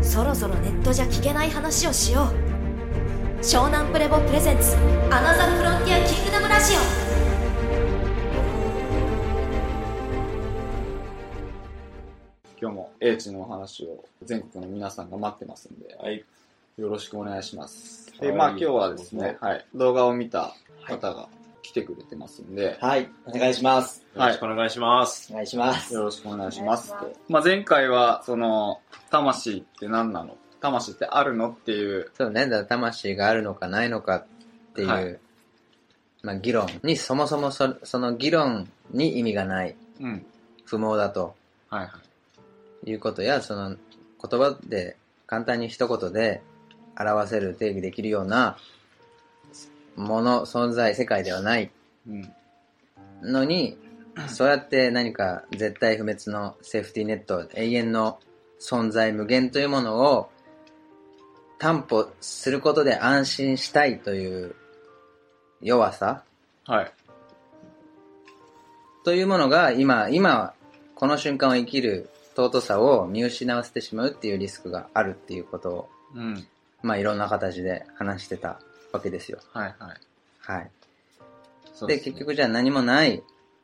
そろそろネットじゃ聞けない話をしよう。湘南プレボプレゼンツアナザーフロンティアキングダムラジオ。 今日も英知のお話を全国の皆さんが待ってますんで、 はい、 よろしくお願いします。 はい、 で、今日はですね、はい、動画を見た方が来てくれてますんで、 はい、お願いします。 よろしくお願いします。 お願いします。 よろしくお願いします。前回は、魂って何なの？魂ってあるのっていう。 そうね、だから魂があるのかないのかっていう、はい、議論に、そもそもその議論に意味がない。 うん。 不毛だと。 はいはい。 いうことや、その言葉で簡単に一言で表せる、定義できるようなもの、存在、世界ではないのに、そうやって何か絶対不滅のセーフティーネット、永遠の存在、無限というものを担保することで安心したいという弱さ、 はい、 というものが今この瞬間を生きる尊さを見失わせてしまうっていうリスクがあるっていうことを、 うん、 いろんな形で話してたわけですよ。 はいはい。 はい。 で、 ね、結局じゃあ何もない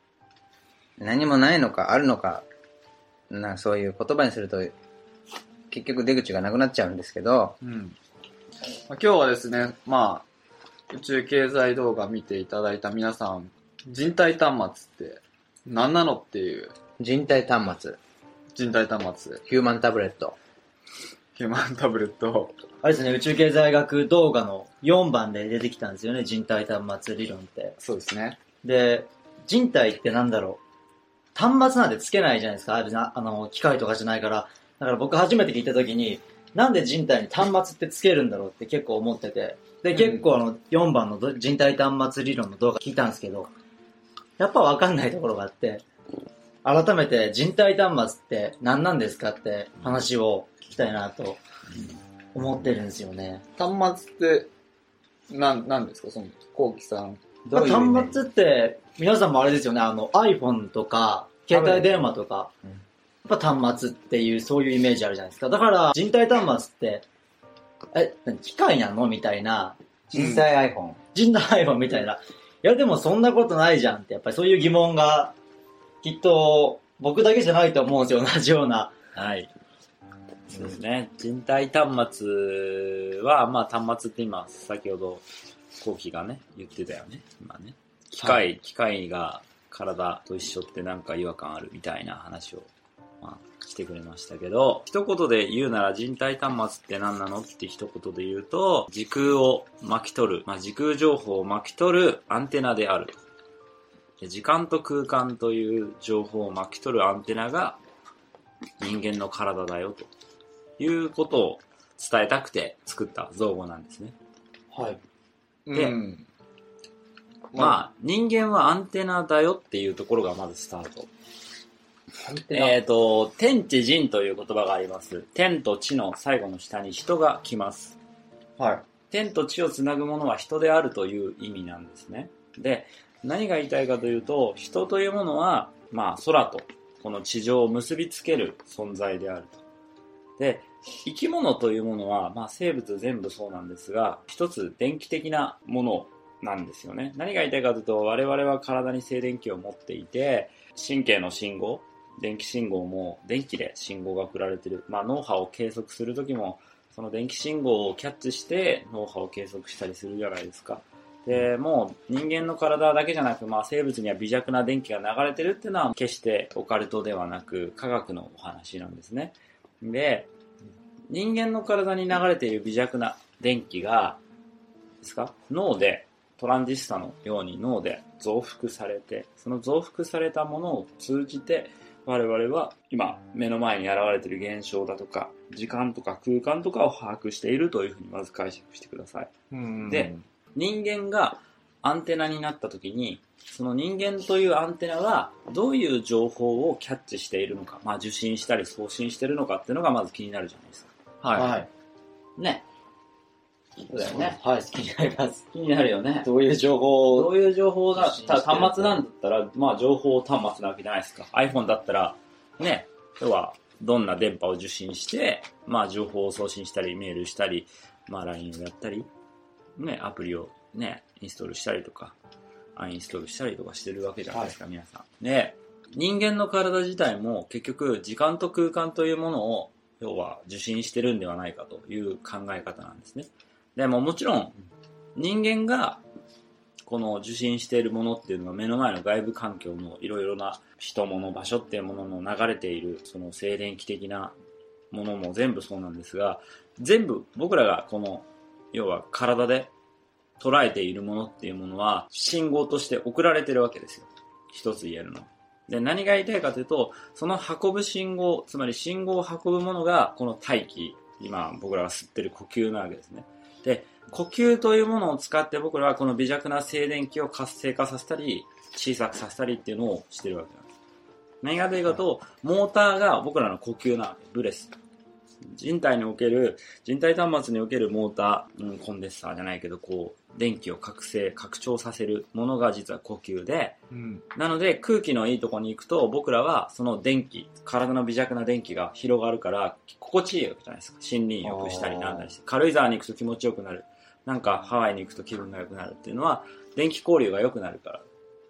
のかあるのか、そういう言葉にすると結局出口がなくなっちゃうんですけど、 うん、今日はですね、宇宙経済動画見ていただいた皆さん、人体端末って何なのっていう。 人体端末。 人体端末。 ヒューマンタブレット。 ヒューマンタブレット。 あれですね、宇宙経済学動画の4番で出てきたんですよね、人体端末理論って。 そうですね。 で、人体ってなんだろう。端末なんてつけないじゃないですか。機械とかじゃないから。だから僕初めて聞いた時に、なんで人体に端末ってつけるんだろうって結構思ってて。で、結構4番の人体端末理論の動画聞いたんですけど、やっぱ分かんないところがあって、改めて人体端末って何なんですかって話を聞きたいなと思ってるんですよね。 端末って何ですか？コウキさん。 端末って皆さんもあれですよね、iPhone とか携帯電話とか、やっぱ端末っていうそういうイメージあるじゃないですか。だから人体端末って機械なのみたいな。 実際 iPhone。 人体 iPhone みたいな。いやでもそんなことないじゃんって、やっぱりそういう疑問がきっと僕だけじゃないと思うんですよ、同じような。 はい。そうですね。人体端末は、端末って今、先ほど、コウキがね、言ってたよね。今ね。機械が体と一緒ってなんか違和感あるみたいな話を、してくれましたけど、一言で言うなら人体端末って何なのって一言で言うと、時空を巻き取る、時空情報を巻き取るアンテナであると。時間と空間という情報を巻き取るアンテナが人間の体だよということを伝えたくて作った造語なんですね。 はい。 で、人間はアンテナだよっていうところがまずスタート。天地人という言葉があります。天と地の最後の下に人が来ます。 はい。 天と地をつなぐものは人であるという意味なんですね。で、何が言いたいかというと、人というものは、空とこの地上を結びつける存在であると。で、生き物というものは、生物全部そうなんですが、一つ電気的なものなんですよね。何が言いたいかというと、我々は体に静電気を持っていて、神経の信号、電気信号も電気で信号が送られている。脳波を計測するときも、その電気信号をキャッチして脳波を計測したりするじゃないですか。で、もう人間の体だけじゃなく、生物には微弱な電気が流れてるっていうのは決してオカルトではなく科学のお話なんですね。で、人間の体に流れている微弱な電気が脳でトランジスタのように脳で増幅されて、その増幅されたものを通じて我々は今目の前に現れている現象だとか時間とか空間とかを把握しているというふうにまず解釈してください。で、人間がアンテナになった時に、その人間というアンテナがどういう情報をキャッチしているのか、受信したり送信しているのかっていうのがまず気になるじゃないですか。 はい。 ね。そうだよね。 はい、気になります。 気になるよね。 どういう情報が、端末なんだったら、情報端末なわけじゃないですか。iPhone だったら、ね、要は、 どんな電波を受信して、まあ、情報を送信したり、メールしたり、まあ、LINE をやったり、ね、アプリをね、インストールしたりとか、アンインストールしたりとかしてるわけじゃないですか、皆さん。で、人間の体自体も結局、時間と空間というものを、要は受信してるんではないかという考え方なんですね。でももちろん、人間がこの受信しているものっていうのは目の前の外部環境のいろいろな人物場所っていうものの流れているその静電気的なものも全部そうなんですが、全部僕らがこの要は体で捉えているものっていうものは信号として送られてるわけですよ。一つ言えるの。で、何が言いたいかというと、その運ぶ信号、つまり信号を運ぶものがこの大気、今僕らが吸ってる呼吸なわけですね。で、呼吸というものを使って僕らはこの微弱な静電気を活性化させたり小さくさせたりっていうのをしてるわけなんです。何かというかと、モーターが僕らの呼吸なわけ。ブレス。人体端末におけるモーター、コンデンサーじゃないけど、こう、電気を拡張させるものが実は呼吸で、なので空気のいいところに行くと、僕らはその電気、体の微弱な電気が広がるから、心地いいわけじゃないですか。森林浴したりなんだりして。軽井沢に行くと気持ちよくなる。なんかハワイに行くと気分が良くなるっていうのは、電気交流が良くなるから。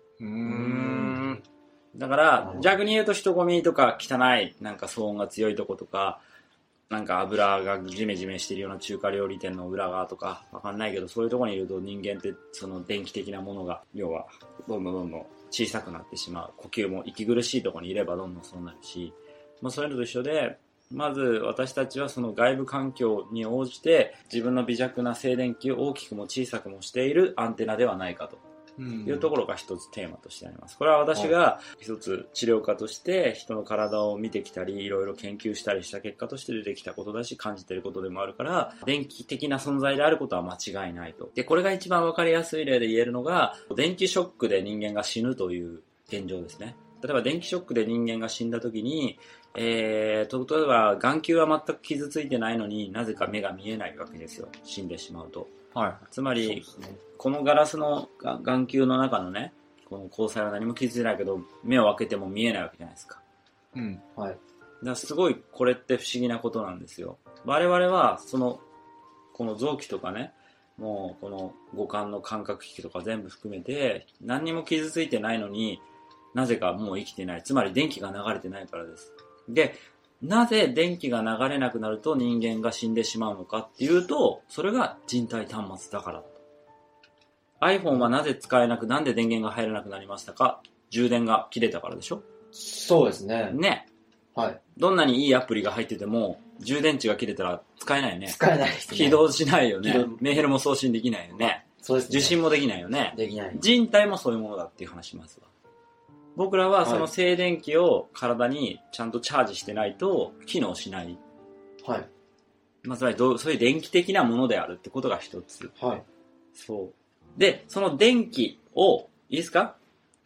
だから、逆に言うと人混みとか汚い、なんか騒音が強いとことか、なんか油がジメジメしてるような中華料理店の裏側とかわかんないけど、そういうところにいると人間ってその電気的なものが要はどんどん小さくなってしまう。呼吸も息苦しいところにいればどんどんそうなるし、まあそういうのと一緒で、まず私たちはその外部環境に応じて自分の微弱な静電気を大きくも小さくもしているアンテナではないかというところが一つテーマとしてあります。これは私が一つ治療家として人の体を見てきたりいろいろ研究したりした結果として出てきたことだし、感じていることでもあるから、電気的な存在であることは間違いないと。で、これが一番わかりやすい例で言えるのが、電気ショックで人間が死ぬという現状ですね。例えば電気ショックで人間が死んだ時に、例えば眼球は全く傷ついてないのになぜか目が見えないわけですよ、死んでしまうと。はい、つまり、このガラスの眼球の中のね、この虹彩は何も傷ついてないけど目を開けても見えないわけじゃないですか。はい。だからすごいこれって不思議なことなんですよ。我々はこの臓器とかね、もうこの五感の感覚器とか全部含めて何にも傷ついてないのになぜかもう生きてない。つまり電気が流れてないからです。で、なぜ電気が流れなくなると人間が死んでしまうのかっていうと、それが人体端末だから。iPhone はなぜ使えなく、なんで電源が入らなくなりましたか？充電が切れたからでしょ？ そうですね。 ね。はい。どんなにいいアプリが入ってても、充電池が切れたら使えないね。 使えないですね。 起動しないよね。メールも送信できないよね。 そうですね。 受信もできないよね。 できない。 人体もそういうものだっていう話しますわ。僕らはその静電気を体にちゃんとチャージしてないと機能しない。はい。まあ、つまりそういう電気的なものであるってことが一つ。はい。そう。で、その電気を、いいですか？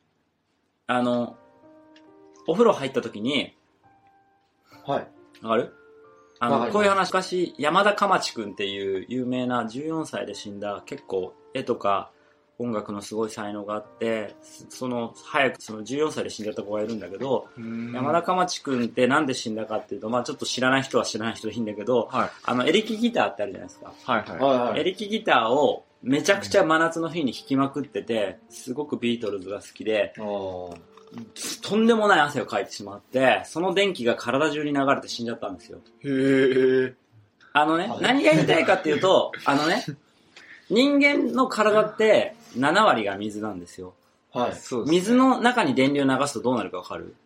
お風呂入った時に、はい。わかる？こういう話、昔、山田かまちくんっていう有名な14歳で死んだ結構絵とか、音楽のすごい才能があって、早く14歳で死んじゃった子がいるんだけど、山田かまちくんってなんで死んだかっていうと、まあちょっと知らない人は知らない人でいいんだけど、はい、エレキギターってあるじゃないですか。はいはい。エレキギターをめちゃくちゃ真夏の日に弾きまくってて、すごくビートルズが好きで、とんでもない汗をかいてしまって、その電気が体中に流れて死んじゃったんですよ。へー。何が言いたいかっていうと、人間の体って7割が水なんですよ。はい。そうですね。水の中に電流を流すとどうなるかわかる？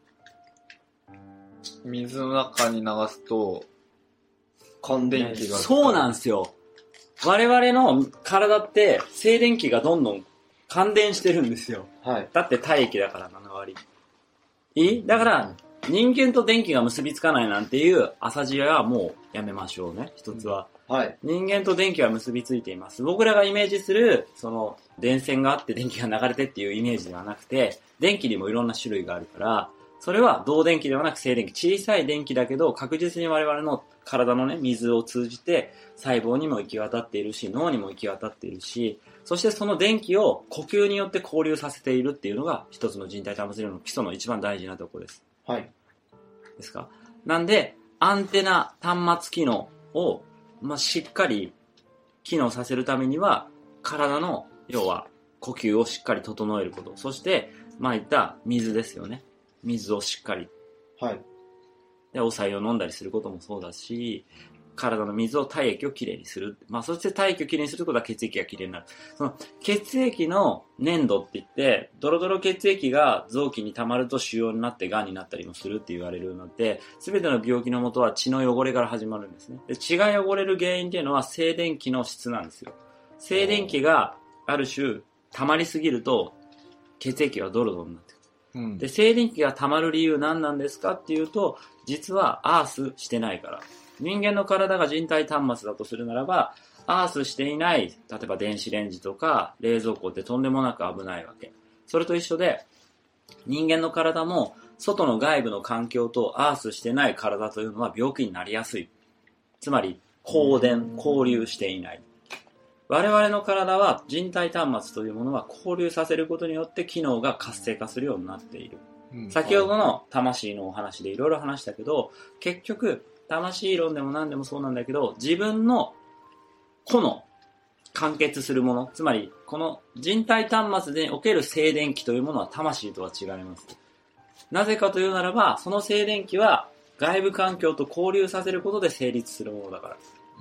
水の中に流すと、乾電気が。 そうなんですよ。我々の体って静電気がどんどん感電してるんですよ。はい。だって体液だから7割。だから、人間と電気が結びつかないなんていう浅知恵はもうやめましょうね、一つは。はい。人間と電気は結びついています。僕らがイメージする、電線があって電気が流れてっていうイメージではなくて、電気にもいろんな種類があるから、それは導電気ではなく静電気。小さい電気だけど、確実に我々の体のね、水を通じて、細胞にも行き渡っているし、脳にも行き渡っているし、そしてその電気を呼吸によって交流させているっていうのが、一つの人体端末理論の基礎の一番大事なところです。はい。ですか？ なんで、アンテナ端末機能を、しっかり機能させるためには、体の、要は、呼吸をしっかり整えること。そして、言った水ですよね。水をしっかり。 はい。 で、お白湯を飲んだりすることもそうだし、体の水を体液をきれいにする。そして体液をきれいにすることは血液がきれいになる。その血液の粘度って言って、ドロドロ血液が臓器に溜まると腫瘍になって癌になったりもするって言われるようになって、すべての病気の元は血の汚れから始まるんですね。で、血が汚れる原因っていうのは静電気の質なんですよ。静電気がある種溜まりすぎると血液がドロドロになってくる。で、静電気が溜まる理由何なんですかっていうと、実はアースしてないから。人間の体が人体端末だとするならば、アースしていない、例えば電子レンジとか冷蔵庫ってとんでもなく危ないわけ。それと一緒で、人間の体も外の外部の環境とアースしてない体というのは病気になりやすい。つまり、交流していない。我々の体は人体端末というものは交流させることによって機能が活性化するようになっている。先ほどの魂のお話でいろいろ話したけど、結局、魂論でも何でもそうなんだけど、自分の個の完結するもの、つまりこの人体端末でおける静電気というものは魂とは違います。なぜかというならば、その静電気は外部環境と交流させることで成立するものだから。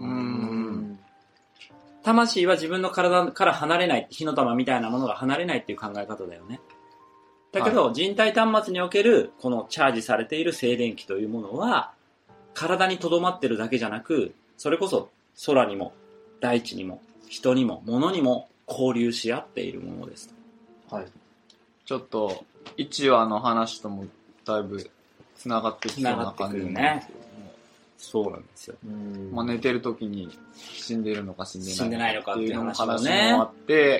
魂は自分の体から離れない、火の玉みたいなものが離れないっていう考え方だよね。だけど、人体端末におけるこのチャージされている静電気というものは、体に留まってるだけじゃなく、それこそ空にも大地にも人にも物にも交流し合っているものです。 はい。 ちょっと1話の話ともだいぶつながってきそうな感じなんですけども、 そうなんですよ。 寝てる時に死んでるのか死んでないのかっていう話もね、 あって、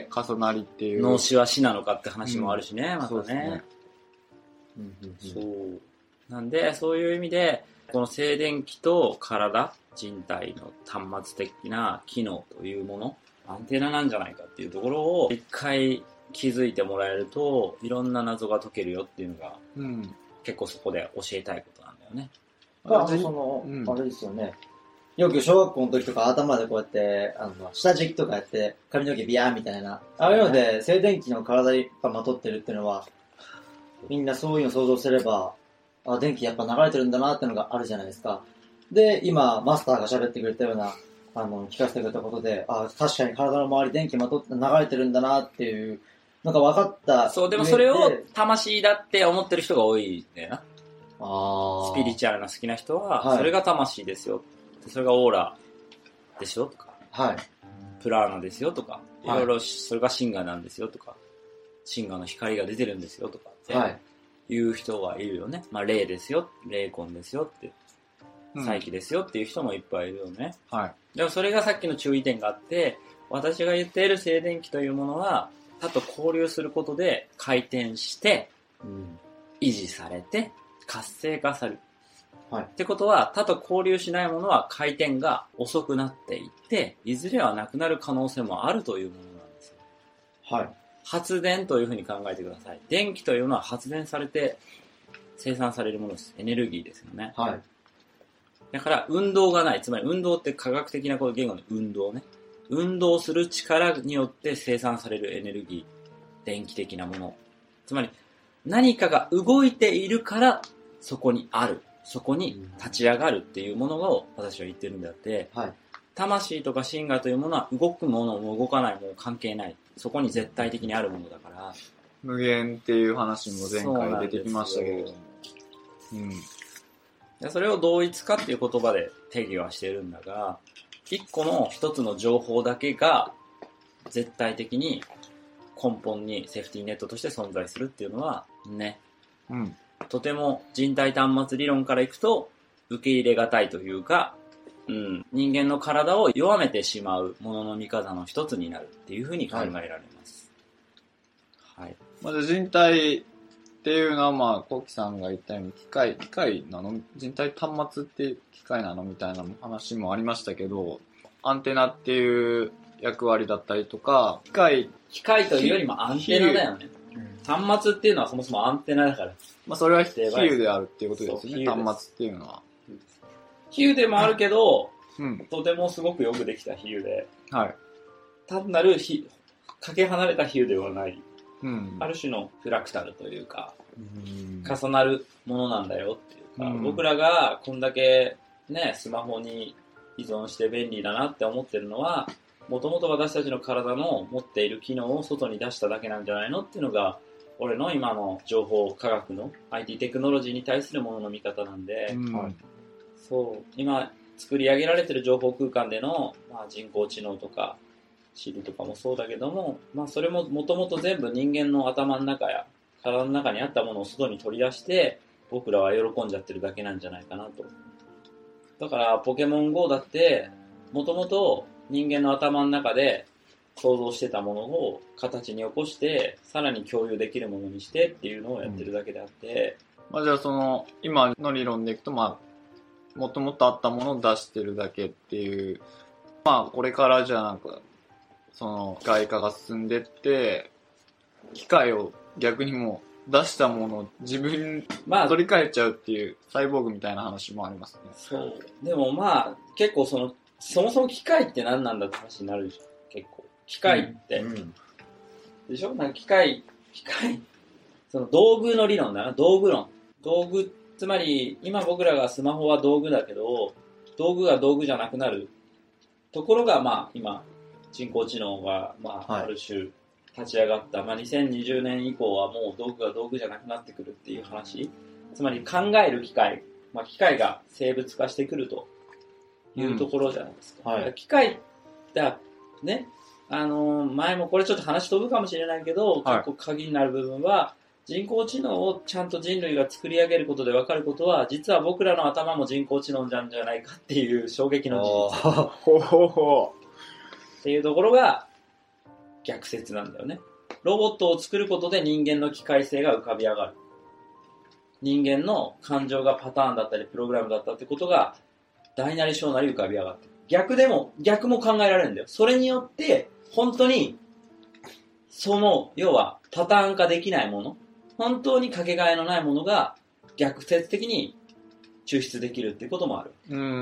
重なりっていう。 脳死は死なのかって話もあるしね、またね。そう。なんで、そういう意味で、この静電気と体、人体の端末的な機能というもの、アンテナなんじゃないかっていうところを一回気づいてもらえると、いろんな謎が解けるよっていうのが、結構そこで教えたいことなんだよね。 あれですよね。よく小学校の時とか頭でこうやって、下敷きとかやって髪の毛ビヤーみたいな。ああいうので静電気の体いっぱいまとってるっていうのは、みんなそういうの想像すれば、電気やっぱ流れてるんだなってのがあるじゃないですか。で、今、マスターが喋ってくれたような、聞かせてくれたことで、確かに体の周り電気まとって流れてるんだなっていうのが分かった。 そう、でもそれを魂だって思ってる人が多いんだよな。 スピリチュアルな好きな人は、それが魂ですよ。それがオーラですよとか、プラーナですよとか、いろいろそれがシンガーなんですよとか、シンガーの光が出てるんですよとかっていう人はいるよね。霊ですよ、霊魂ですよって、再起ですよっていう人もいっぱいいるよね。でもそれがさっきの注意点があって、私が言っている静電気というものは、他と交流することで回転して、維持されて、活性化される。ってことは、他と交流しないものは回転が遅くなっていって、いずれはなくなる可能性もあるというものなんですよ。発電というふうに考えてください。電気というのは発電されて生産されるものです。エネルギーですよね。だから運動がない。つまり運動って科学的な言語の運動ね。運動する力によって生産されるエネルギー。電気的なもの。つまり何かが動いているからそこにある。そこに立ち上がるっていうものを私は言ってるんであって、魂とか心我というものは動くものも動かないもの関係ない。そこに絶対的にあるものだから。 無限っていう話も前回出てきましたけれども。 それを同一化っていう言葉で定義はしてるんだが、一つの情報だけが絶対的に根本にセーフティーネットとして存在するっていうのはね、とても人体端末理論からいくと受け入れがたいというか、人間の体を弱めてしまうものの見方の一つになるっていうふうに考えられます。 人体っていうのは、コキさんが言ったように機械なの？人体端末って機械なのみたいな話もありましたけど、アンテナっていう役割だったりとか、 機械というよりもアンテナだよね。端末っていうのはそもそもアンテナだから。 それは比喩であるっていうことですよね、端末っていうのは。 比喩でもあるけど、 うん。 とてもすごくよくできた比喩で、 はい。 単なるかけ離れた比喩ではない、 うん。 ある種のフラクタルというか、 うん重なるものなんだよっていうか、 うん僕らがこんだけね、スマホに依存して便利だなって思ってるのは、もともと私たちの体の持っている機能を外に出しただけなんじゃないのっていうのが、俺の今の情報科学の IT テクノロジーに対するものの見方なんで、 うんはい、そう今作り上げられてる情報空間での、人工知能とか Siri とかもそうだけども、それももともと全部人間の頭の中や体の中にあったものを外に取り出して僕らは喜んじゃってるだけなんじゃないかなと。だからポケモン GO だってもともと人間の頭の中で想像してたものを形に起こしてさらに共有できるものにしてっていうのをやってるだけであって、 じゃあその今の理論でいくともともとあったものを出してるだけっていう、これからじゃあなんかその機械化が進んでって機械を逆にもう出したものを自分に取り替えちゃうっていうサイボーグみたいな話もありますね。 そうでも結構そもそも機械って何なんだって話になるでしょ。結構機械って、でしょ。なんか機械その道具の理論だな。道具、つまり今僕らがスマホは道具だけど道具が道具じゃなくなるところが今人工知能がある種立ち上がった、2020年以降はもう道具が道具じゃなくなってくるっていう話。つまり考える機械、機械が生物化してくるというところじゃないですか。機械だね、前もこれちょっと話飛ぶかもしれないけど、結構鍵になる部分は人工知能をちゃんと人類が作り上げることで分かることは、実は僕らの頭も人工知能なんじゃないかっていう衝撃の事実っていうところが逆説なんだよね。ロボットを作ることで人間の機械性が浮かび上がる。人間の感情がパターンだったりプログラムだったってことが大なり小なり浮かび上がってる。逆も考えられるんだよ。それによって本当に要はパターン化できないもの、本当にかけがえのないものが逆説的に抽出できるっていうこともある。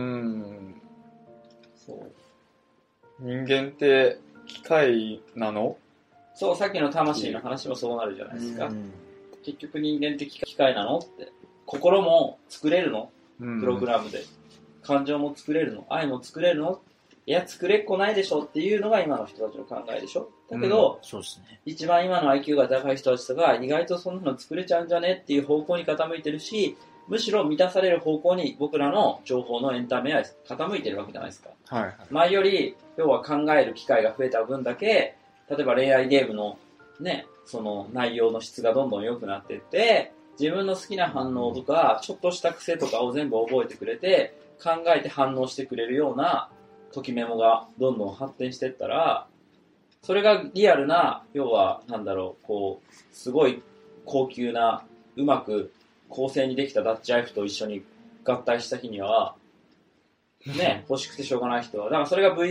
そう。 人間って機械なの？ そう、さっきの魂の話もそうなるじゃないですか。結局人間って機械なのって。心も作れるの？プログラムで。感情も作れるの？愛も作れるの？いや、作れっこないでしょっていうのが今の人たちの考えでしょ。だけど、 そうですね。 一番今の IQ が高い人たちが意外とそんなの作れちゃうんじゃねっていう方向に傾いてるし、むしろ満たされる方向に僕らの情報のエンタメは傾いてるわけじゃないですか。前より、要は考える機会が増えた分だけ、例えば恋愛ゲームのね、その内容の質がどんどん良くなっていって、自分の好きな反応とか、ちょっとした癖とかを全部覚えてくれて、考えて反応してくれるようなときメモがどんどん発展していったら、それがリアルな、要はすごい高級な、うまく構成にできたダッチワイフと一緒に合体した日には、ね、欲しくてしょうがない人は。だからそれが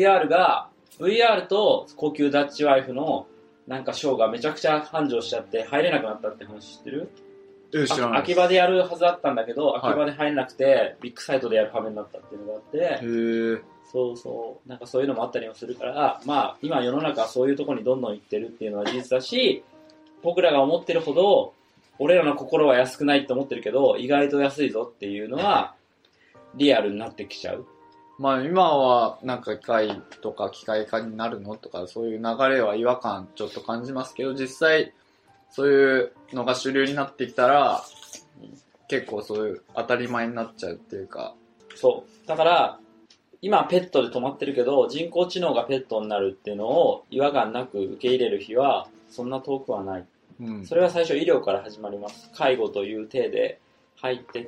VR と高級ダッチワイフのなんかショーがめちゃくちゃ繁盛しちゃって入れなくなったって話知ってる？ 知らない。 秋葉でやるはずだったんだけど、秋葉で入れなくて、ビッグサイトでやる羽目になったっていうのがあって、なんかそういうのもあったりもするから、今世の中はそういうところにどんどん行ってるっていうのは事実だし、僕らが思ってるほど、俺らの心は安くないって思ってるけど、意外と安いぞっていうのは、リアルになってきちゃう。 今はなんか機械とか機械化になるのとかそういう流れは違和感ちょっと感じますけど、実際そういうのが主流になってきたら結構そういう当たり前になっちゃうっていうか。 そうだから今ペットで止まってるけど、人工知能がペットになるっていうのを違和感なく受け入れる日はそんな遠くはない。それは最初医療から始まります。介護という体で入ってって、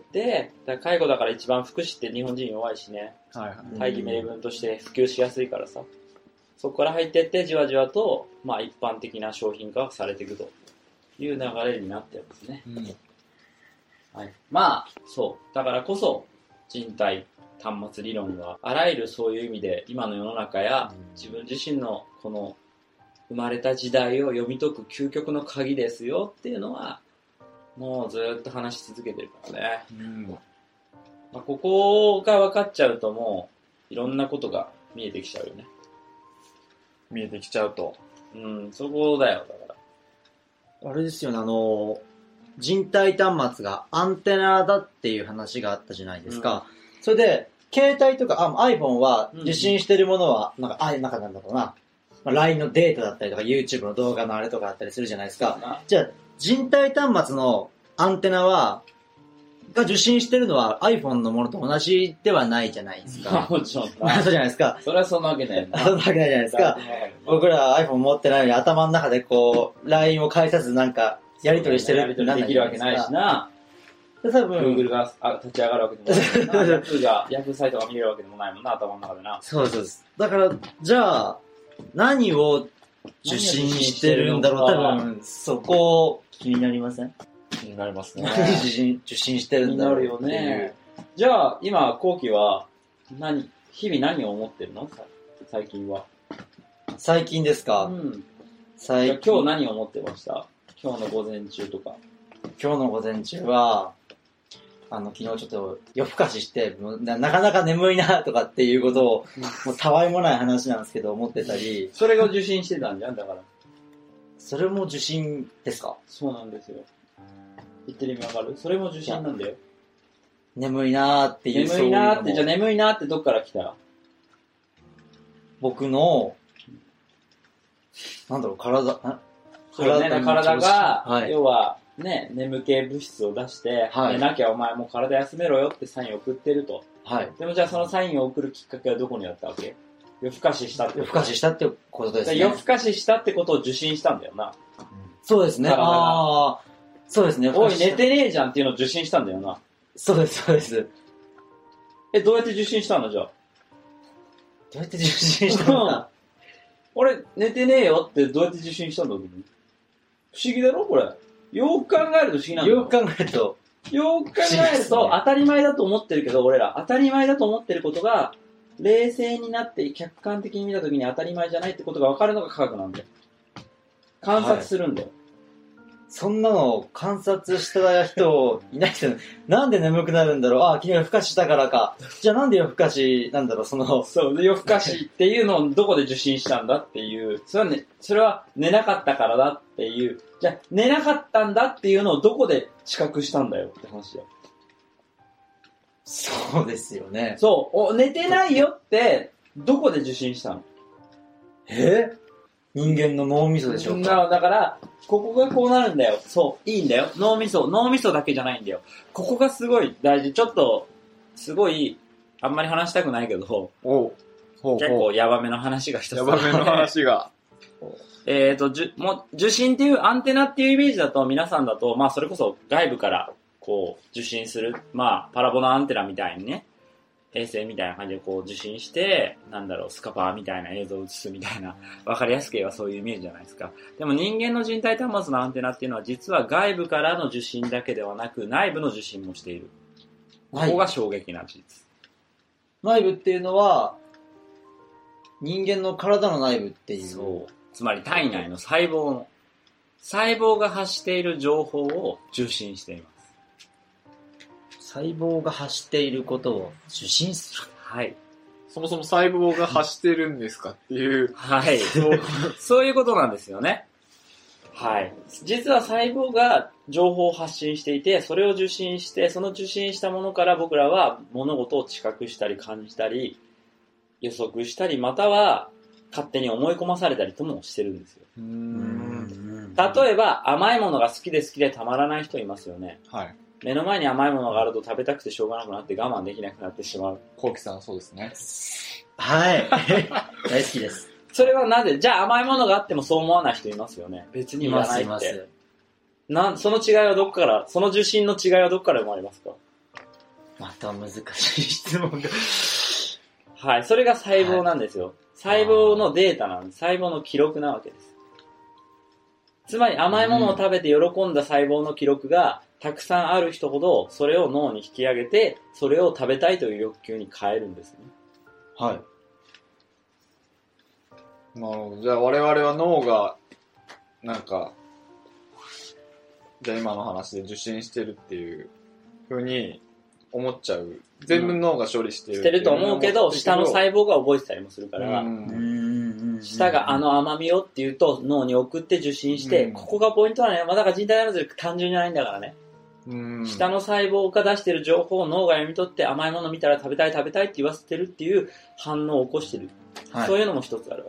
介護だから一番福祉って日本人弱いしね、大義名分として普及しやすいからさ、そこから入ってってじわじわと、一般的な商品化されていくという流れになってますね。そうだからこそ人体端末理論はあらゆるそういう意味で今の世の中や自分自身のこの生まれた時代を読み解く究極の鍵ですよっていうのはもうずっと話し続けてるからね。 まあ、ここが分かっちゃうともういろんなことが見えてきちゃうよね。 見えてきちゃうと。 うん、そこだよ、だから。 あれですよね、人体端末がアンテナだっていう話があったじゃないですか。それで、携帯とか、iPhone は受信してるものは、なんかなんだろうな、LINE のデータだったりとか、YouTube の動画のあれとかあったりするじゃないですか。じゃあ、人体端末のアンテナが受信してるのは iPhone のものと同じではないじゃないですか。 もちろん。 そうじゃないですか。 それはそんなわけないよな。 そんなわけないじゃないですか。僕ら iPhone 持ってないのに頭の中でこう、LINE を返さずなんか、やり取りしてるってできるわけないしな。 多分、 Google が立ち上がるわけでもないな。Yahoo サイトが見れるわけでもないもんな、頭の中でな。 そうです。だから、じゃあ、何を受信してるんだろう。多分、そこ、気になりません？ 気になりますね。 受信してるんだろう。 気になるよね。じゃあ、今、後期は、日々何を思ってるの？最近は。 最近ですか？最近。 今日何を思ってました？今日の午前中とか。 今日の午前中は、昨日ちょっと夜更かしして、なかなか眠いなとかっていうことを、もうたわいもない話なんですけど思ってたり。 それが受信してたんじゃん、だから。 それも受信ですか？ そうなんですよ。言ってる意味わかる？それも受信なんだよ。 眠いなーっていう。 眠いなーって、じゃあ眠いなーってどっから来た？ 僕の、なんだろう、体が、 はい、 要は、ね、眠気物質を出して、 はい、 寝なきゃお前もう体休めろよってサインを送ってると。 はい。 でもじゃあそのサインを送るきっかけはどこにあったわけ？夜更かししたってこと。 夜更かししたってことですね。 夜更かししたってことを受信したんだよな。 そうですね。そうですね。 おい、寝てねえじゃんっていうのを受信したんだよな。 そうです、そうです。 どうやって受信したのじゃあ。 どうやって受信したのか。 俺、寝てねえよってどうやって受信したんだろう？不思議だろこれ。よく考えると不思議なんだよ。 よく考えると。 よく考えると当たり前だと思ってるけど、俺ら当たり前だと思ってることが、冷静になって客観的に見たときに当たり前じゃないってことが分かるのが科学なんだよ。観察するんだよ。はい、 そんなの観察した人いないですよね。なんで眠くなるんだろう？昨日夜更かししたからか。じゃあなんで夜更かしなんだろう？ そうで、夜更かしっていうのをどこで受信したんだっていう。それは寝なかったからだっていう。じゃあ寝なかったんだっていうのをどこで知覚したんだよって話だよ。 そうですよね。 そう。寝てないよってどこで受信したの？ 人間の脳みそでしょうか？ だから、ここがこうなるんだよ。そう、いいんだよ。脳みそだけじゃないんだよ。ここがすごい大事。ちょっと、すごい、あんまり話したくないけど、結構ヤバめの話が一つ。 ヤバめの話が。 受信っていうアンテナっていうイメージだと、皆さんだと、それこそ外部からこう受信する、パラボナアンテナみたいにね、衛星みたいな感じでこう受信して、スカパーみたいな映像を映すみたいな、わかりやすく言えばそういうイメージじゃないですか。でも人間の人体端末のアンテナっていうのは実は外部からの受信だけではなく、内部の受信もしている。ここが衝撃な事実。 内部っていうのは、人間の体の内部っていう。 そう。つまり体内の細胞が発している情報を受信しています。 細胞が発していることを受信する。 はい。 そもそも細胞が発してるんですかっていう。 はい。そういうことなんですよね。はい。実は細胞が情報を発信していて、それを受信して、その受信したものから僕らは物事を知覚したり感じたり、予測したり、または勝手に思い込まされたりともしてるんですよ。例えば、甘いものが好きでたまらない人いますよね。 はい。 目の前に甘いものがあると食べたくてしょうがなくなって我慢できなくなってしまう。 コウキさんそうですね。 はい。大好きです。 それはなぜ？じゃあ甘いものがあってもそう思わない人いますよね。別にいらないって。その違いはどこから、その受信の違いはどこから生まれますか？ また難しい質問が。 はい。それが細胞なんですよ。はい、細胞のデータなんです。細胞の記録なわけです。つまり甘いものを食べて喜んだ細胞の記録がたくさんある人ほど、それを脳に引き上げて、それを食べたいという欲求に変えるんですね。 はい。 なるほど。じゃあ我々は脳が、じゃあ今の話で受信してるっていう風に思っちゃう。全部脳が処理してる。 してると思うけど、下の細胞が覚えてたりもするから、下が甘みをっていうと脳に送って受信して、ここがポイントなのよ。まあ、だから人体内物単純じゃないんだからね。下の細胞が出してる情報を脳が読み取って甘いもの見たら食べたいって言わせてるっていう反応を起こしてる。はい、そういうのも一つあるわ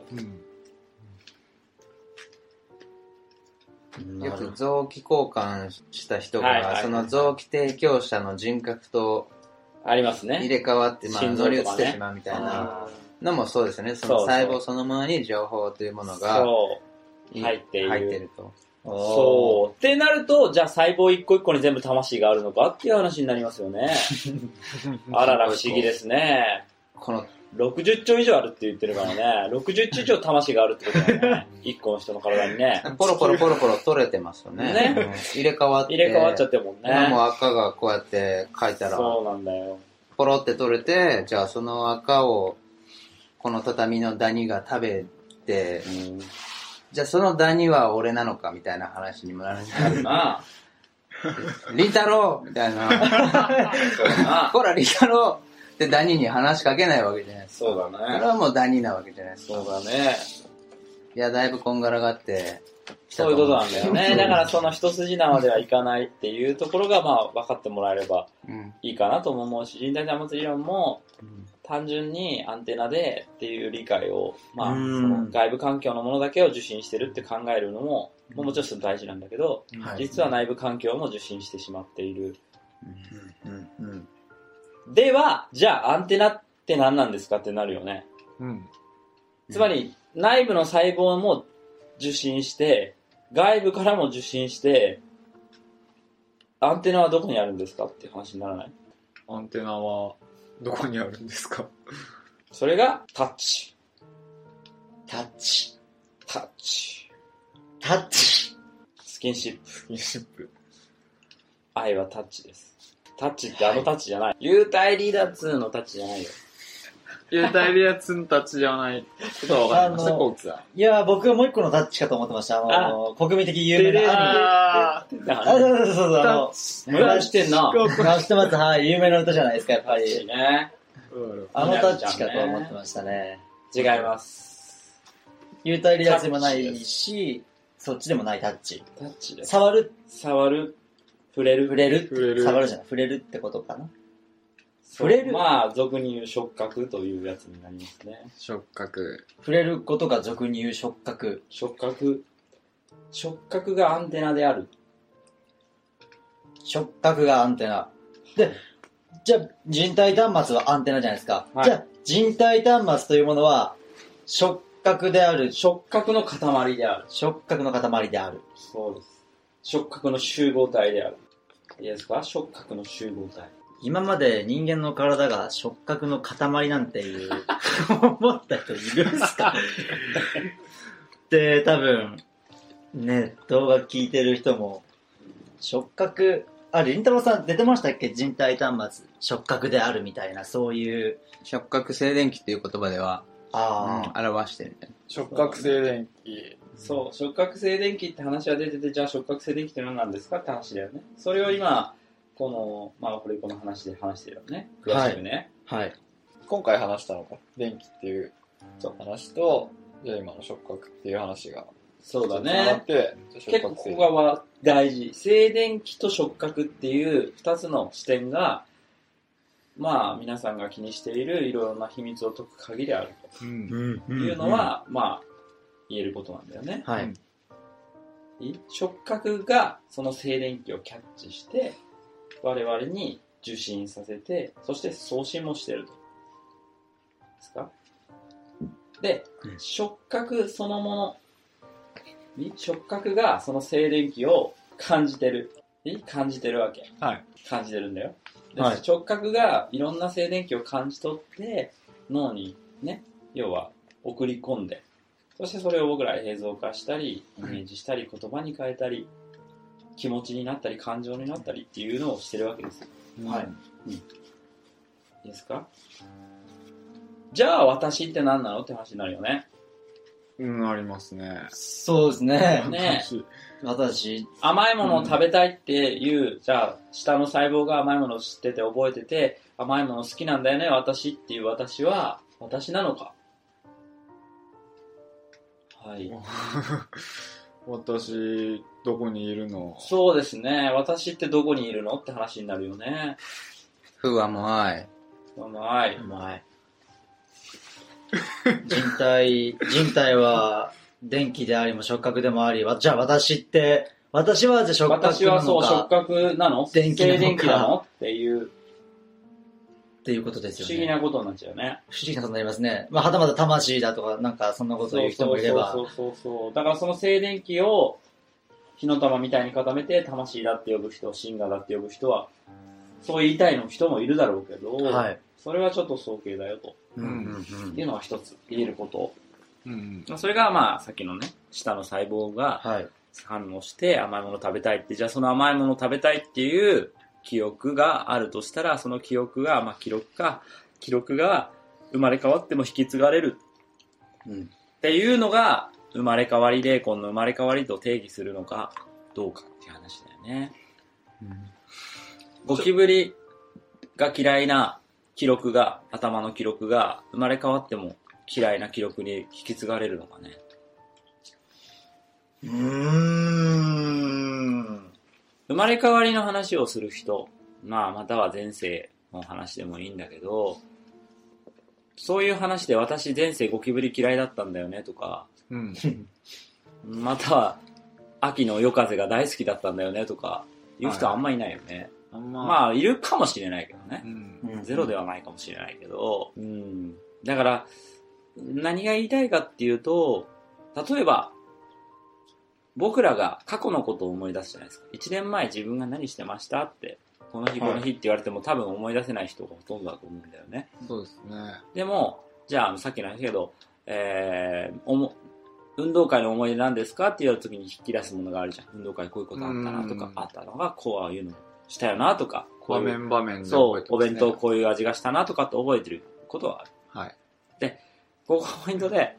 け。よく臓器交換した人が、その臓器提供者の人格とありますね。 入れ替わって、乗り移ってしまうみたいなのもそうですね。その細胞そのものに情報というものが入ってると。 そう。ってなると、じゃあ細胞一個一個に全部魂があるのかっていう話になりますよね。あらら不思議ですね。 この 60兆以上あるって言ってるからね。60兆以上魂があるってことだよね。一個の人の体にね。 ポロポロ取れてますよね。入れ替わっちゃってるもんね。 もう赤がこうやって書いたら。 そうなんだよ。 ポロって取れて、じゃあその赤をこの畳のダニが食べて、じゃあそのダニは俺なのかみたいな話にもなるんじゃないな。リタロウみたいな。ほらリタロウってダニに話しかけないわけじゃないですか。 そうだね。 それはもうダニなわけじゃないですか。 そうだね。 いや、だいぶこんがらがってそういうことなんだよね。だからその一筋縄ではいかないっていうところがまあ分かってもらえればいいかなとも思うし、人体端末理論も単純にアンテナでっていう理解を、まあその外部環境のものだけを受信してるって考えるのも、もちろん大事なんだけど、実は内部環境も受信してしまっている。では、じゃあアンテナって何なんですかってなるよね。つまり内部の細胞も受信して、外部からも受信して、アンテナはどこにあるんですかっていう話にならない？ アンテナはどこにあるんですか？ それがタッチ。 タッチ。 タッチ。 タッチ。 スキンシップ。 スキンシップ。 愛はタッチです。タッチってあのタッチじゃない。幽体離脱のタッチじゃないよ。 幽体離脱のタッチじゃない。ちょっとわかりました、コウキさん。 いや、僕はもう一個のタッチかと思ってました。国民的有名なアニメ。そう。 無駄してんな。 知ってます。はい。有名な歌じゃないですか、やっぱり。 ね。 あのタッチかと思ってましたね。 違います。 幽体離脱でもないし、そっちでもないタッチ。 タッチです。 触る。 触れる。 触るじゃない。触れるってことかな。 触れる。まあ、俗に言う触覚というやつになりますね。 触覚。 触れることが俗に言う触覚。 触覚がアンテナである。 触覚がアンテナ。で、じゃあ人体端末はアンテナじゃないですか。じゃあ人体端末というものは触覚である。 触覚の塊である。 触覚の塊である。 そうです。触覚の集合体である。いいですか？触覚の集合体。 今まで人間の体が触覚の塊なんていう思った人いるんですか？で、多分ね、動画聞いてる人も触覚、りんたろーさん出てましたっけ？人体端末触覚であるみたいな、そういう触覚静電気っていう言葉では表してる。 触覚静電気。 そう、触覚静電気って話が出てて、じゃあ触覚静電気って何なんですかって話だよね。それを今このこの話で話してるよね。詳しくね。 はい。 今回話したのが電気っていう話と、じゃあ今の触覚っていう話が。 そうだね。結構ここが大事。静電気と触覚っていう二つの視点が、まあ皆さんが気にしているいろいろな秘密を解く限りあるというのは、まあ言えることなんだよね。 はい。 触覚がその静電気をキャッチして、我々に受信させて、そして送信もしてると。ですか？で、触覚そのもの、触覚がその静電気を感じてる。感じてるわけ。 はい。 感じてるんだよ。はい、触覚がいろんな静電気を感じ取って、脳にね、要は送り込んで、そしてそれを僕ら映像化したり、イメージしたり、言葉に変えたり、気持ちになったり感情になったりっていうのをしてるわけですよ。 はい。 いいですか？じゃあ私って何なのって話になるよね。 ありますね。 そうですね。 ね私、 甘いものを食べたいっていう、じゃあ、下の細胞が甘いものを知ってて覚えてて、甘いもの好きなんだよね、私っていう私は、私なのか。はい。 私、どこにいるの？ そうですね。私ってどこにいるのって話になるよね。 ふわもあい。 甘い。 うまい。人体は電気でありも触覚でもあり、じゃあ私はじゃあ触覚なのか。 私はそう、触覚なの？ 電気なのか。 静電気なのっていうことですよね。 不思議なことになっちゃうね。 不思議なことになりますね。まあ、はたまた魂だとか、なんかそんなことを言う人もいれば。 そう。だからその静電気を火の玉みたいに固めて、魂だって呼ぶ人、神我だって呼ぶ人は、そう言いたいの人もいるだろうけど、 はい。 それはちょっと早計だよと。っていうのが一つ言えること。それがまあさっきのね、下の細胞が反応して甘いもの食べたいって、じゃあその甘いもの食べたいっていう記憶があるとしたら、その記憶が、まあ記録が生まれ変わっても引き継がれるっていうのが、生まれ変わり霊魂の生まれ変わりと定義するのかどうかっていう話だよね。ゴキブリが嫌いな記録が、頭の記録が生まれ変わっても嫌いな記録に引き継がれるのかね。生まれ変わりの話をする人、まあまたは前世の話でもいいんだけど、そういう話で私前世ゴキブリ嫌いだったんだよねとか、または秋の夜風が大好きだったんだよねとかいう人はあんまいないよね。まあいるかもしれないけどね、ゼロではないかもしれないけど、だから何が言いたいかっていうと、例えば僕らが過去のことを思い出すじゃないですか。1年前自分が何してましたって、この日この日って言われても多分思い出せない人がほとんどだと思うんだよね。 そうですね。 でもじゃあさっきの話だけど、運動会の思い出なんですかって言われた時に引き出すものがあるじゃん。運動会こういうことあったなとか、あったのがこういうのしたよなとか、 場面で覚えてますね。 そう、お弁当こういう味がしたなとかって覚えてることはある。 はい。 で、ここがポイントで、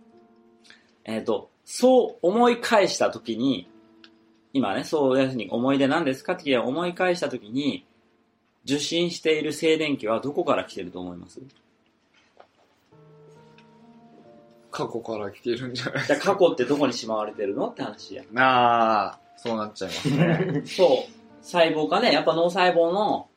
そう思い返したときに、今ね、そういうふうに思い出なんですかって思い返したときに、受信している静電気はどこから来てると思います？ 過去から来てるんじゃない？ じゃあ過去ってどこにしまわれてるのって話や。 そうなっちゃいますね。 そう。細胞かね、やっぱ脳細胞の、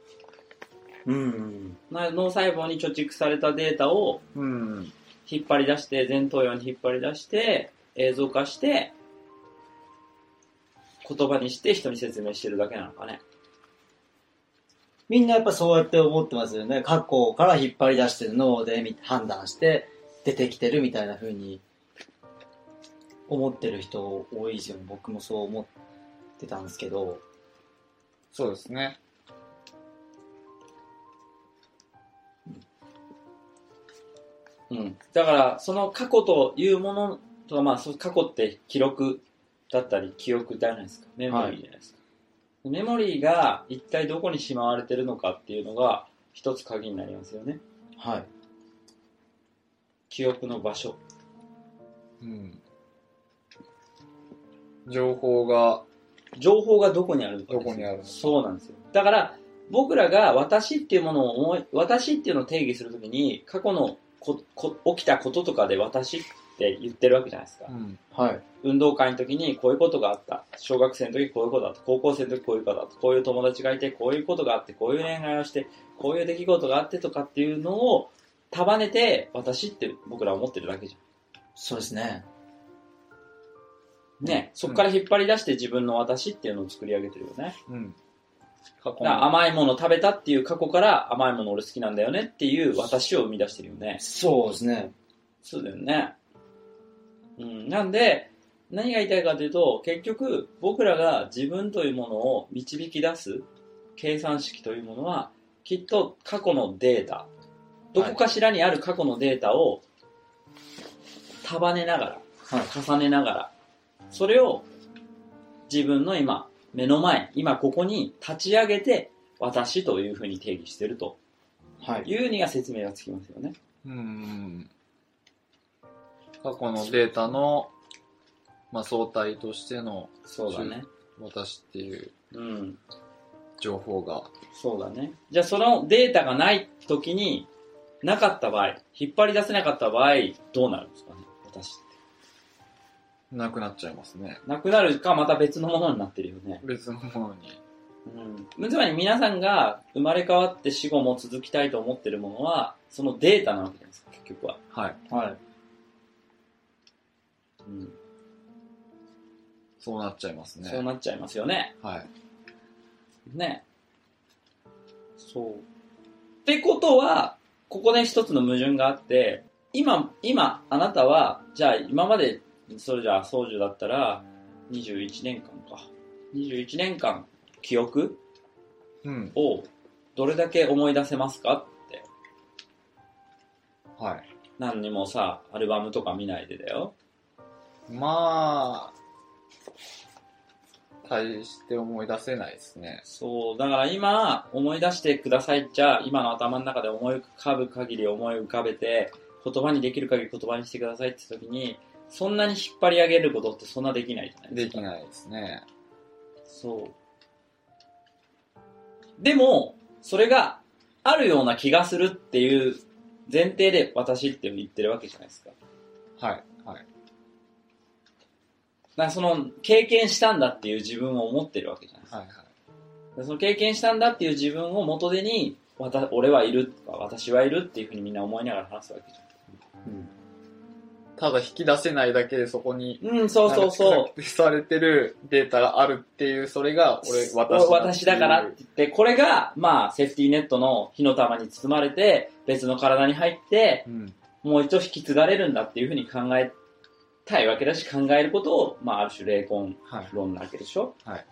脳細胞に貯蓄されたデータを、引っ張り出して、前頭葉に引っ張り出して、映像化して、言葉にして人に説明してるだけなのかね。 みんなやっぱそうやって思ってますよね。過去から引っ張り出して脳で判断して出てきてるみたいな風に思ってる人多いですよね。僕もそう思ってたんですけど。 そうですね。 だからその過去というものとか、まあその過去って記録だったり記憶じゃないですか。メモリーじゃないですか。メモリーが一体どこにしまわれてるのかっていうのが一つ鍵になりますよね。 はい。 記憶の場所。 情報がどこにあるのか。 どこにあるのか。 そうなんですよ。だから僕らが私っていうものを私っていうのを定義するときに、過去の起きたこととかで私って言ってるわけじゃないですか。 はい。 運動会の時にこういうことがあった。小学生の時こういうことだった。高校生の時こういうことだった。こういう友達がいて、こういうことがあって、こういう恋愛をして、こういう出来事があってとかっていうのを束ねて、私って僕ら思ってるだけじゃん。 そうですね。 ね、そこから引っ張り出して自分の私っていうのを作り上げてるよね。だから甘いもの食べたっていう過去から甘いもの俺好きなんだよねっていう私を生み出してるよね。 そうですね。 そうだよね。なんで、何が言いたいかというと、結局僕らが自分というものを導き出す計算式というものは、きっと過去のデータ、どこかしらにある過去のデータを束ねながら、重ねながら、それを自分の今、目の前、今ここに立ち上げて、私というふうに定義しているというには説明がつきますよね。 過去のデータの、まあ、相対としてのそうだね。 私っていううん。 情報が。 そうだね。じゃあそのデータがない時に、なかった場合、引っ張り出せなかった場合、どうなるんですかね、私って。 なくなっちゃいますね。 なくなるか、また別のものになってるよね。 別のものに。 うん。つまり皆さんが生まれ変わって死後も続きたいと思ってるものは、そのデータなわけじゃないですか、結局は。 はい。 はい。 うん。 そうなっちゃいますね。 そうなっちゃいますよね。 はい。 ね。そう。ってことは、ここで一つの矛盾があって、今、あなたは、じゃあ今まで、それじゃあ、宗樹だったら、21年間か。21年間、記憶をどれだけ思い出せますかって。 はい。 何にもさ、アルバムとか見ないでだよ。 まあ、大して思い出せないですね。 そう、だから今、思い出してくださいっちゃ、今の頭の中で思い浮かぶ限り思い浮かべて、言葉にできる限り言葉にしてくださいって時に、そんなに引っ張り上げることってそんなできないじゃないですか。 できないですね。 そう。でも、それがあるような気がするっていう前提で私って言ってるわけじゃないですか。 はい。はい。 だからその経験したんだっていう自分を思ってるわけじゃないですか。 はいはい。 その経験したんだっていう自分を元手に、俺はいるとか私はいるっていうふうにみんな思いながら話すわけじゃん。 うん。 ただ引き出せないだけでそこに、 そうそうそう。 されてるデータがあるっていう、それが私だからって言って、これが、まあ、セーフティーネットの火の玉に包まれて、別の体に入って、もう一度引き継がれるんだっていうふうに考えたいわけだし、考えることを、まあ、ある種霊魂論なわけでしょ。 はい。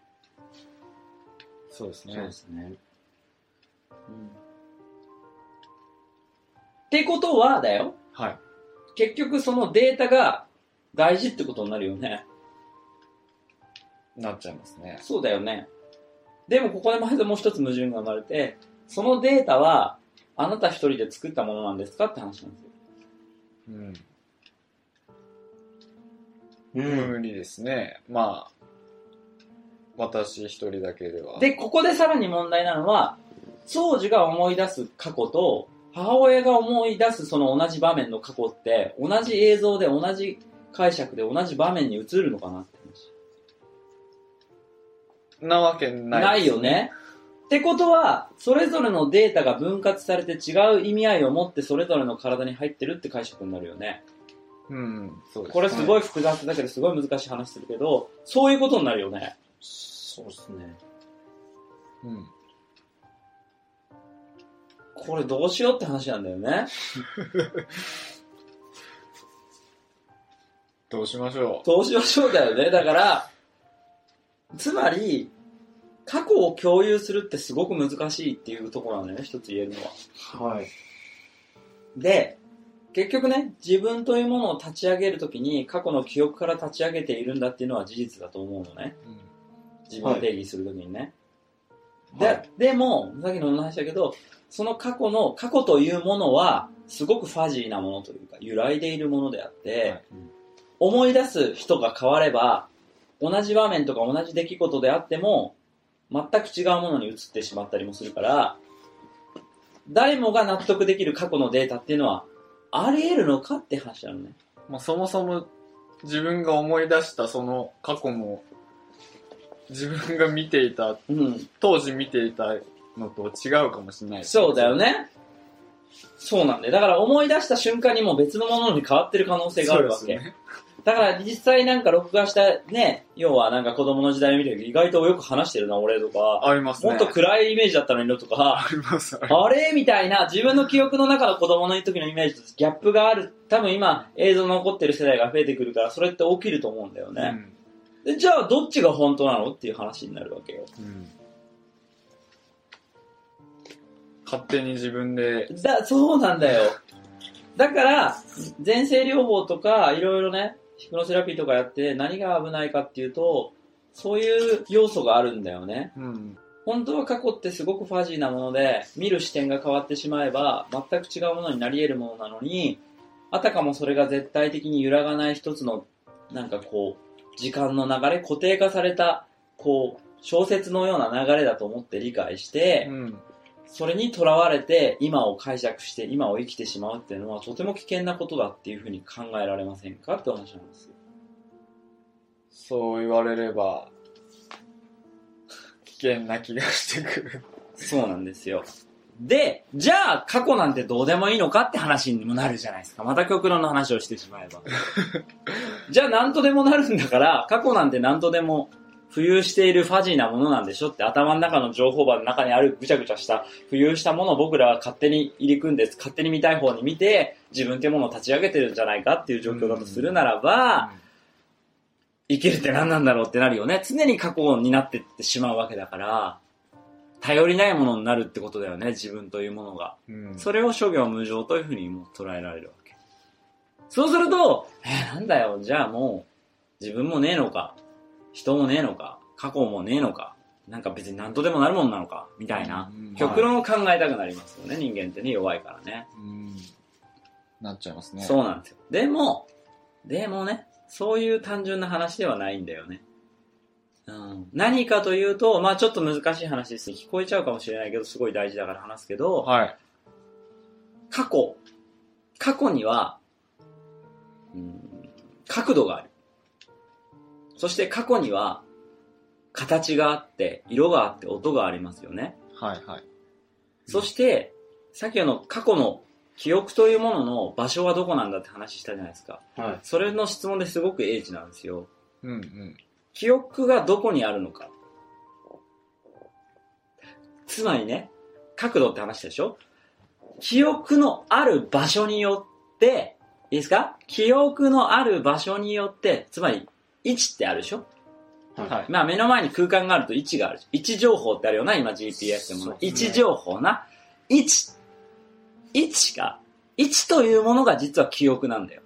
そうですね。 そうですね。ってことはだよ。 はい。 結局そのデータが大事ってことになるよね。 なっちゃいますね。 そうだよね。でもここでまずもう一つ矛盾が生まれて、そのデータはあなた一人で作ったものなんですかって話なんですよ。 無理ですね。まあ、私一人だけでは。 で、ここでさらに問題なのは、宗樹が思い出す過去と、母親が思い出すその同じ場面の過去って、同じ映像で同じ解釈で同じ場面に映るのかなって話。なわけない、 ないよね。ってことは、それぞれのデータが分割されて違う意味合いを持ってそれぞれの体に入ってるって解釈になるよね。 そうですね。 これすごい複雑だけどすごい難しい話するけど、そういうことになるよね。 そうですね。 これどうしようって話なんだよね。 どうしましょう。 どうしましょうだよね。だから、つまり、過去を共有するってすごく難しいっていうところなんだよね、一つ言えるのは。 はい。 で、結局ね、自分というものを立ち上げるときに過去の記憶から立ち上げているんだっていうのは事実だと思うのね。自分を定義するときにね。でも、さっきの話だけど、その過去というものは、すごくファジーなものというか、揺らいでいるものであって、思い出す人が変われば、同じ場面とか同じ出来事であっても、全く違うものに移ってしまったりもするから、誰もが納得できる過去のデータっていうのは、あり得るのかって話なのね。 まあ、そもそも自分が思い出したその過去も、自分が見ていた、当時見ていたのと違うかもしれないです、 そうだよね。そうなんだよ。だから思い出した瞬間にも別のものに変わってる可能性があるわけ。ね、だから実際なんか録画したね、要はなんか子供の時代を見てるけど意外とよく話してるな俺とか、 ありますね。 もっと暗いイメージだったのにとか、 あります。 あれみたいな自分の記憶の中の子供の時のイメージとギャップがある。多分今映像残ってる世代が増えてくるからそれって起きると思うんだよね。でじゃあどっちが本当なのっていう話になるわけよ。 勝手に自分で。 そうなんだよ。だから、前世療法とか、いろいろね、ヒプノセラピーとかやって、何が危ないかっていうと、そういう要素があるんだよね。本当は過去ってすごくファジーなもので、見る視点が変わってしまえば、全く違うものになり得るものなのに、 あたかもそれが絶対的に揺らがない一つのなんかこう時間の流れ、固定化されたこう小説のような流れだと思って理解して、それにとらわれて今を解釈して今を生きてしまうっていうのはとても危険なことだっていうふうに考えられませんかってお話なんですよ。 そう言われれば危険な気がしてくる。 そうなんですよ。で、じゃあ過去なんてどうでもいいのかって話にもなるじゃないですか。また極論の話をしてしまえば。じゃあ何とでもなるんだから、過去なんて何とでも浮遊しているファジーなものなんでしょって頭の中の情報場の中にあるぐちゃぐちゃした浮遊したものを僕らは勝手に入り組んで勝手に見たい方に見て自分っていうものを立ち上げてるんじゃないかっていう状況だとするならば、生きるって何なんだろうってなるよね。常に過去になっていってしまうわけだから、頼りないものになるってことだよね、自分というものが。それを諸行無常というふうにも捉えられるわけ。そうすると、なんだよ、じゃあもう自分もねえのか、人もねえのか、過去もねえのか、なんか別に何とでもなるもんなのか、みたいな、極論を考えたくなりますよね、人間ってね、弱いからね。 なっちゃいますね。 そうなんですよ。でもね、そういう単純な話ではないんだよね。何かというと、まあちょっと難しい話ですね。聞こえちゃうかもしれないけど、すごい大事だから話すけど、過去には、角度がある。そして過去には、形があって、色があって、音がありますよね。そして、さっきの過去の記憶というものの場所はどこなんだって話したじゃないですか。それの質問ですごく英知なんですよ。記憶がどこにあるのか。つまりね、角度って話でしょ？記憶のある場所によって、いいですか？記憶のある場所によって、つまり位置ってあるでしょ？まあ目の前に空間があると位置がある。位置情報ってあるよな、今 GPS でも、ね。位置情報な。位置というものが実は記憶なんだよ。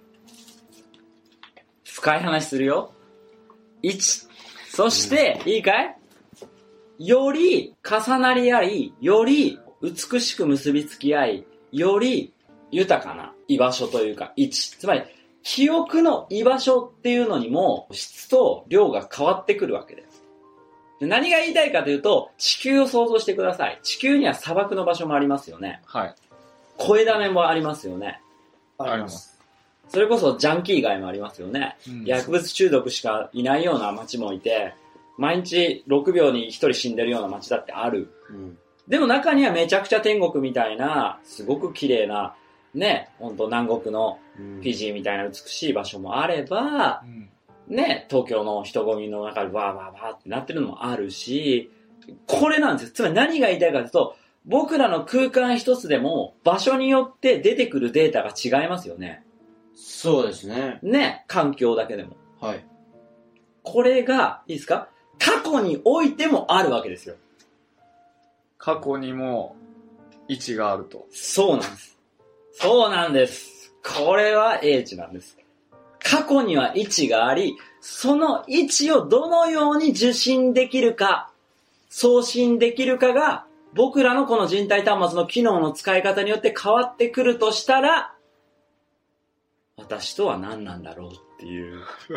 深い話するよ。そして、いいかい？より重なり合い、より美しく結びつき合い、より豊かな居場所というか位置。つまり、記憶の居場所っていうのにも質と量が変わってくるわけです。で、何が言いたいかというと、地球を想像してください。地球には砂漠の場所もありますよね。小枝目もありますよね。 あります。 それこそジャンキー街もありますよね。薬物中毒しかいないような街もいて、毎日6秒に1人死んでるような街だってある。でも中にはめちゃくちゃ天国みたいな、すごく綺麗な、ね、ほんと南国のフィジーみたいな美しい場所もあれば、ね、東京の人混みの中でわーわーわーってなってるのもあるし、これなんですよ。つまり何が言いたいかというと、僕らの空間一つでも場所によって出てくるデータが違いますよね。 そうですね。 ね、環境だけでも。これが、いいですか？過去においてもあるわけですよ。 過去にも位置があると。 そうなんです。そうなんです。これは英知なんです。過去には位置があり、その位置をどのように受信できるか、送信できるかが、僕らのこの人体端末の機能の使い方によって変わってくるとしたら、私とは何なんだろうっていう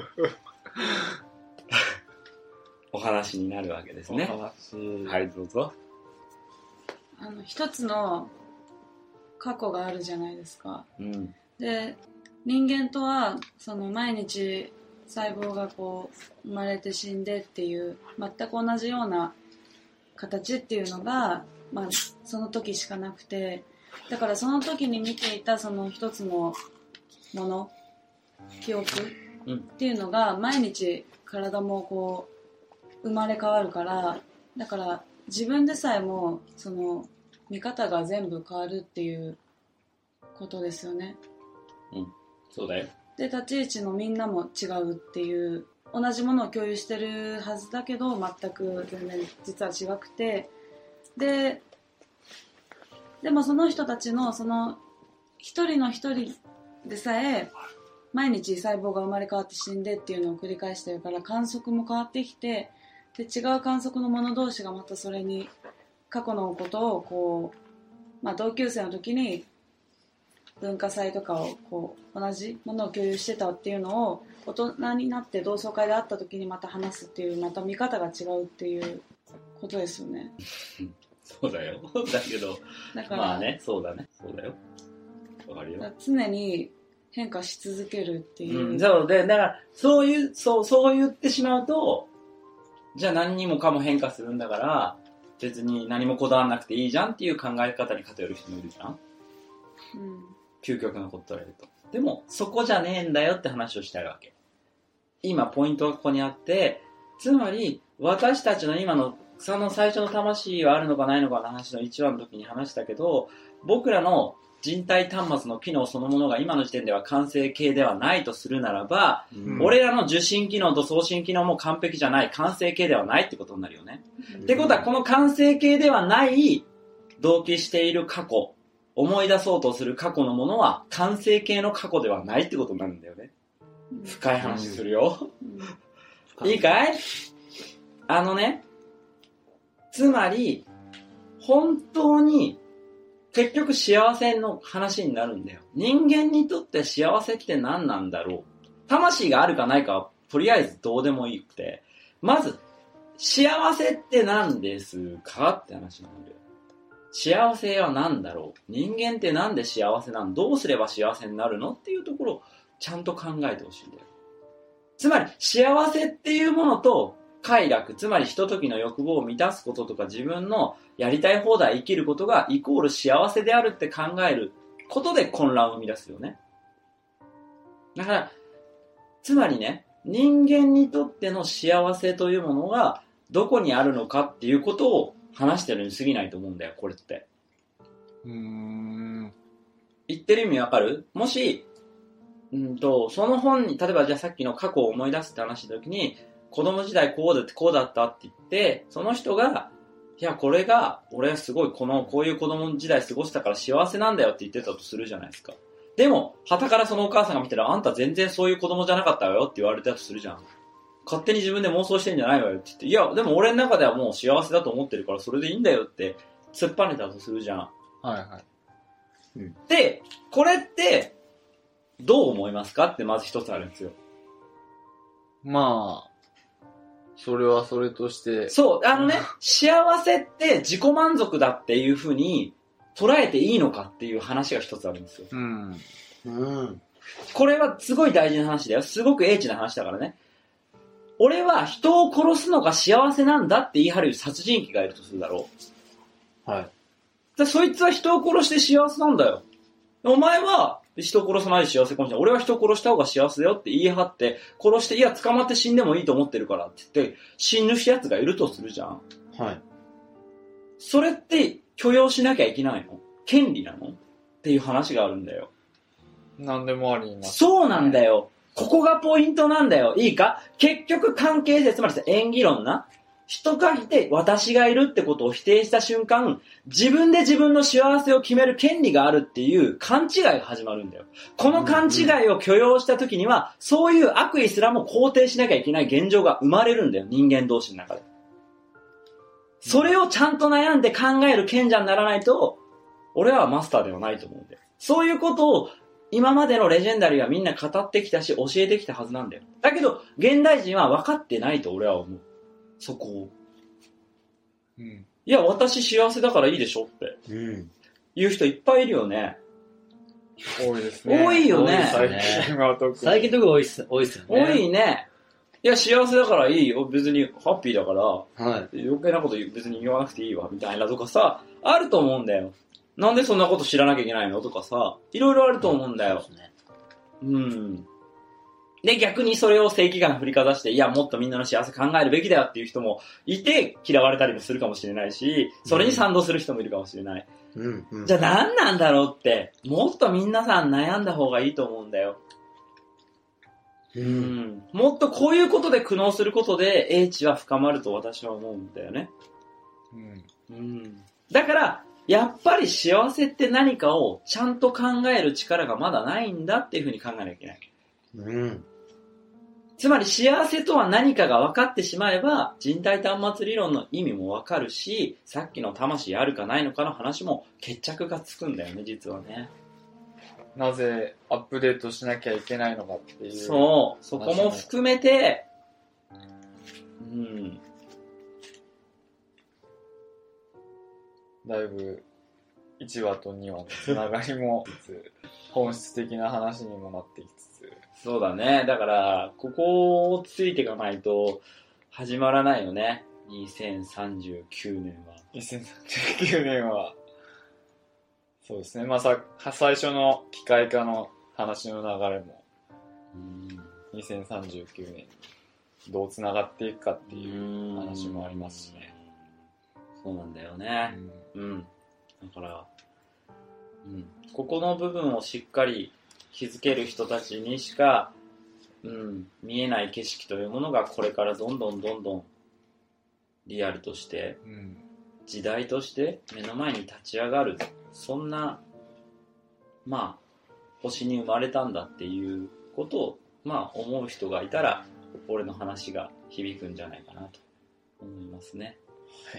お話になるわけですね。はい、どうぞ。 一つの過去があるじゃないですか。で、人間とはその毎日細胞がこう生まれて死んでっていう全く同じような形っていうのが、まあ、その時しかなくて、だからその時に見ていたその一つのもの、記憶っていうのが毎日体もこう生まれ変わるから、だから自分でさえもその見方が全部変わるっていうことですよね。 そうだよ。 で、立ち位置のみんなも違うっていう、同じものを共有してるはずだけど全く全然実は違くて、でもその人たちのその一人の一人でさえ毎日細胞が生まれ変わって死んでっていうのを繰り返してるから、観測も変わってきて、で違う観測の者同士がまたそれに過去のことをこう、まあ、同級生の時に文化祭とかをこう同じものを共有してたっていうのを大人になって同窓会で会った時にまた話すっていうまた見方が違うっていうことですよね。 そうだよ。だけど、 だからまあね、そうだね。そうだよ。わかるよ。 常に変化し続けるっていう。 うん、そうで、だからそう言ってしまうと、じゃあ何にもかも変化するんだから、別に何もこだわらなくていいじゃんっていう考え方に偏る人もいるじゃん。 うん、 究極のことを言うと。でも、そこじゃねえんだよって話をしたいわけ。今、ポイントがここにあって、つまり、私たちの今の、その最初の魂はあるのかないのかの話の1話の時に話したけど、僕らの人体端末の機能そのものが今の時点では完成形ではないとするならば、俺らの受信機能と送信機能も完璧じゃない、完成形ではないってことになるよね。ってことは、この完成形ではない、同期している過去、思い出そうとする過去のものは完成形の過去ではないってことになるんだよね。深い話するよ。いいかい？つまり、本当に結局幸せの話になるんだよ。人間にとって幸せって何なんだろう。魂があるかないかはとりあえずどうでもいいくて、まず幸せって何ですかって話なんだよ。幸せは何だろう、人間ってなんで幸せなの、どうすれば幸せになるのっていうところをちゃんと考えてほしいんだよ。つまり幸せっていうものと快楽、つまりひとときの欲望を満たすこととか自分のやりたい放題生きることがイコール幸せであるって考えることで混乱を生み出すよね。だからつまりね、人間にとっての幸せというものがどこにあるのかっていうことを話してるに過ぎないと思うんだよ、これって。言ってる意味わかる？もし、その本に、例えばじゃあさっきの過去を思い出すって話した時に、子供時代こうだったって言って、その人が、いや、これが、俺はすごいこういう子供時代過ごしたから幸せなんだよって言ってたとするじゃないですか。でも、傍からそのお母さんが見たら、あんた全然そういう子供じゃなかったわよって言われたとするじゃん。勝手に自分で妄想してんじゃないわよって言って、いや、でも俺の中ではもう幸せだと思ってるからそれでいいんだよって突っぱねたとするじゃん。 はいはい。 で、これって、どう思いますかってまず一つあるんですよ。 まあ、それはそれとして。 そう、幸せって自己満足だっていう風に捉えていいのかっていう話が一つあるんですよ。これはすごい大事な話だよ。すごく英知な話だからね。俺は人を殺すのが幸せなんだって言い張る殺人鬼がいるとするだろう。はい。そいつは人を殺して幸せなんだよ。お前は人を殺さないで幸せかもしれない。俺は人を殺した方が幸せだよって言い張って、殺して、いや、捕まって死んでもいいと思ってるからって言って、死ぬ奴がいるとするじゃん。はい。それって許容しなきゃいけないの？権利なの？っていう話があるんだよ。 なんでもあります。 そうなんだよ。ここがポイントなんだよ。いいか？結局関係性、つまり演技論な。人がいて私がいるってことを否定した瞬間、自分で自分の幸せを決める権利があるっていう勘違いが始まるんだよ。この勘違いを許容した時には、そういう悪意すらも肯定しなきゃいけない現状が生まれるんだよ。人間同士の中で。それをちゃんと悩んで考える賢者にならないと、俺はマスターではないと思うんだよ。そういうことを今までのレジェンダリーはみんな語ってきたし教えてきたはずなんだよ。だけど現代人は分かってないと俺は思う。そこを。いや、私幸せだからいいでしょって、言う人いっぱいいるよね。 多いですね。 多いよね。 最近特に多いっすよね。 多いね。いや、幸せだからいいよ。別にハッピーだから、余計なこと別に言わなくていいわ、みたいなとかさ、あると思うんだよ。なんでそんなこと知らなきゃいけないのとかさ、いろいろあると思うんだよ。で、逆にそれを正義感振りかざして、いや、もっとみんなの幸せ考えるべきだよっていう人もいて、嫌われたりもするかもしれないし、それに賛同する人もいるかもしれない。じゃあ何なんだろうって、もっと皆さん悩んだ方がいいと思うんだよ。もっとこういうことで苦悩することで、英知は深まると私は思うんだよね。だから、やっぱり幸せって何かをちゃんと考える力がまだないんだっていうふうに考えなきゃいけない。つまり幸せとは何かが分かってしまえば人体端末理論の意味も分かるし、さっきの魂あるかないのかの話も決着がつくんだよね、実はね。 なぜアップデートしなきゃいけないのかっていう。 そう、そこも含めて、うん。 だいぶ、1話と2話のつながりも、本質的な話にもなってきつつ。 そうだね。だから、ここをついていかないと、始まらないよね。2039年は。 2039年は、そうですね。まあ最初の機械化の話の流れも、2039年にどう繋がっていくかっていう話もありますしね。 そうなんだよね。だから、ここの部分をしっかり気づける人たちにしか、見えない景色というものがこれからどんどんリアルとして、時代として目の前に立ち上がる。そんな、まあ、星に生まれたんだっていうことを、まあ、思う人がいたら、俺の話が響くんじゃないかなと思いますね。 はい。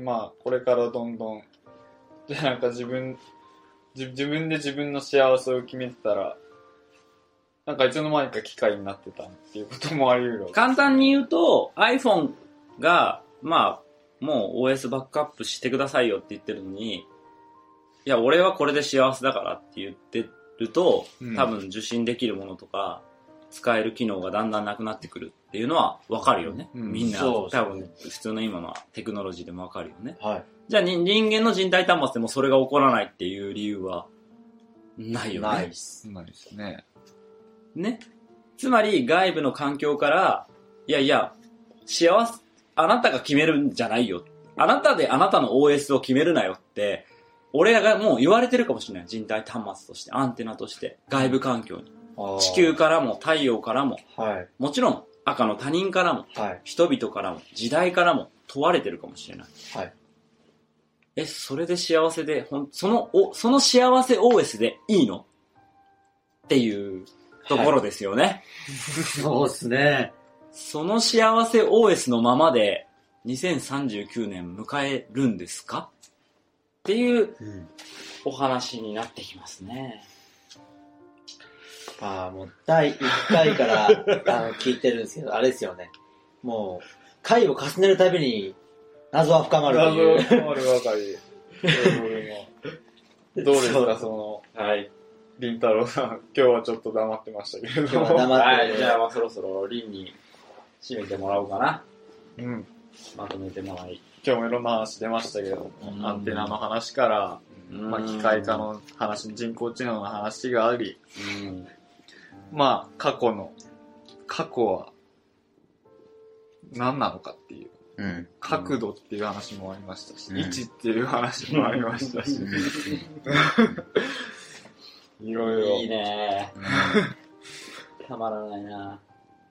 まあ、これからどんどん、じゃあなんか自分で自分の幸せを決めてたら、なんかいつの間にか機械になってたっていうこともあり得る。 簡単に言うと、iPhone が、まあ、もう OS バックアップしてくださいよって言ってるのに、いや、俺はこれで幸せだからって言ってると、多分受信できるものとか、使える機能がだんだんなくなってくるっていうのは分かるよね。みんな、多分普通の今のテクノロジーでも分かるよね。 はい。 じゃあ人間の人体端末でもそれが起こらないっていう理由はないよね。 ないですね。 ね。つまり外部の環境から、いやいや、幸せ、あなたが決めるんじゃないよ。あなたであなたの OS を決めるなよって、俺らがもう言われてるかもしれない。人体端末として、アンテナとして、外部環境に。地球からも太陽からも、もちろん赤の他人からも、人々からも、時代からも問われてるかもしれない。それで幸せで、その幸せ OS でいいのっていうところですよね。 そうですね。 その幸せ OS のままで2039年迎えるんですかっていうお話になってきますね。 まあもう第1回から聞いてるんですけど、あれですよね。もう回を重ねるたびに謎は深まるという。 謎は深まるばかり。どうですか、りんたろーさん、今日はちょっと黙ってましたけれども。 じゃあそろそろりんに締めてもらおうかな。まとめてもらい。 今日もいろんな話出ましたけど、アンテナの話から、機械化の話、人工知能の話があり、まあ、過去は何なのかっていう。角度っていう話もありましたし、位置っていう話もありましたし。いろいろ。 いいねたまらないな。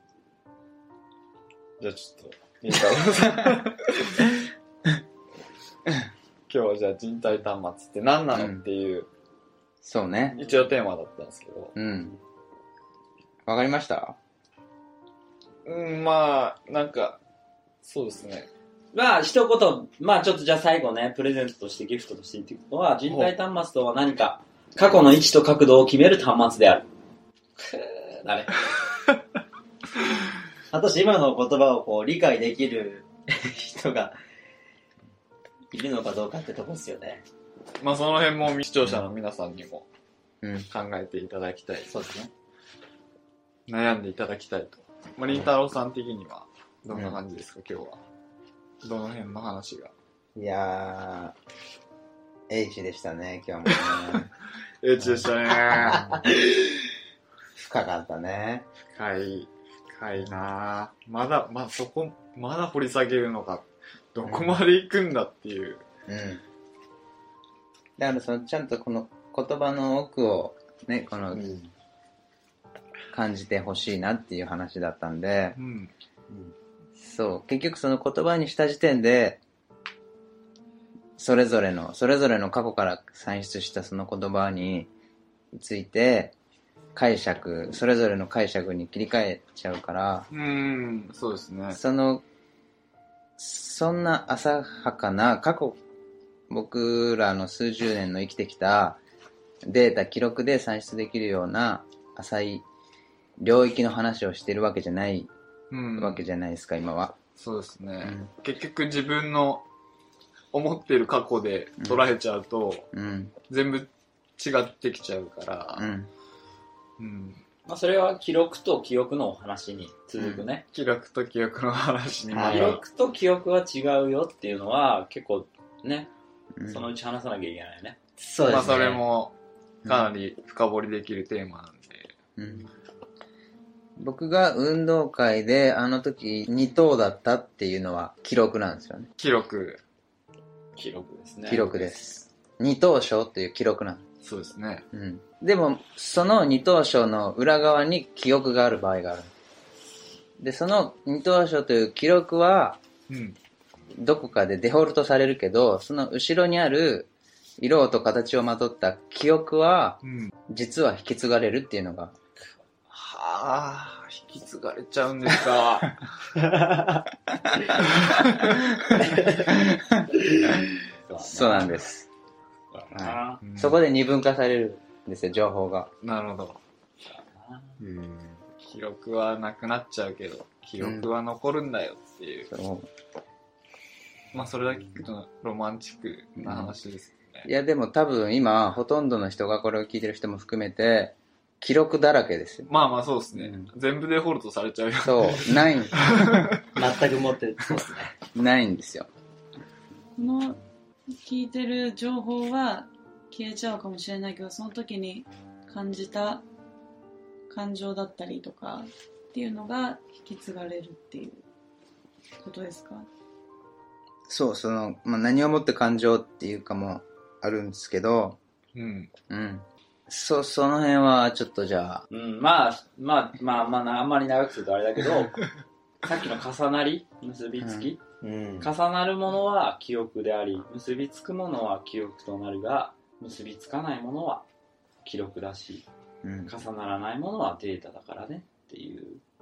じゃあちょっと、りんたろーさん。今日はじゃあ人体端末って何なのっていう、 そうね。 一応テーマだったんですけど。 わかりました？ まあ、なんか、そうですね。 まあ、一言、まあちょっとじゃあ最後ね、プレゼントとしてギフトとして言っていくのは、人体端末とは何か、過去の位置と角度を決める端末である。あれ私今の言葉をこう理解できる人がいるのかどうかってとこですよね。 まあその辺も視聴者の皆さんにも考えていただきたい。 そうですね。 悩んでいただきたいと。まあ、りんたろーさん的にはどんな感じですか、今日は。どの辺の話が。 いやー、英知でしたね、今日もね。 英知でしたね。 深かったね。 深いなぁ。まだ掘り下げるのか。どこまで行くんだっていう。 だからちゃんとこの言葉の奥をね、感じてほしいなっていう話だったんで、そう、結局その言葉にした時点で、それぞれの過去から算出したその言葉について、それぞれの解釈に切り替えちゃうから、 そうですね。 そんな浅はかな過去、僕らの数十年の生きてきたデータ、記録で算出できるような浅い領域の話をしてるわけじゃないわけじゃないですか、今は。 そうですね。結局自分の思ってる過去で捉えちゃうと、全部違ってきちゃうから、 まあ、それは記録と記憶の話に続くね。 記録と記憶の話に記録と記憶は違うよっていうのは結構ね、そのうち話さなきゃいけないね。 そうですね。 まあそれもかなり深掘りできるテーマなんで。 僕が運動会であの時2等だったっていうのは記録なんですよね。 記録ですね。 記録です。2等賞っていう記録なんです。 そうですね。 でも、その2等賞の裏側に記憶がある場合がある。で、その2等賞という記録は、どこかでデフォルトされるけど、その後ろにある色と形をまとった記憶は、実は引き継がれるっていうのが。 はぁ、引き継がれちゃうんですか。 そうなんです。そこで二分化されるんですよ、情報が。 なるほど。記録はなくなっちゃうけど、記憶は残るんだよっていう。まあそれだけ聞くとロマンチックな話ですよね。 いやでも多分今、ほとんどの人がこれを聞いてる人も含めて、記録だらけですよ。 まあまあそうですね。全部デフォルトされちゃうよ。 そう、ないんです。 全く持ってる。そうですね。 ないんですよ。 この聞いてる情報は消えちゃうかもしれないけど、その時に感じた感情だったりとかっていうのが引き継がれるっていうことですか？ そう、何をもって感情っていうかもあるんですけど、その辺はちょっとじゃあ。 まあ、あんまり長くするとあれだけど、さっきの重なり、結びつき、重なるものは記憶であり、結びつくものは記憶となるが、結びつかないものは記録だし、重ならないものはデータだからねっていう。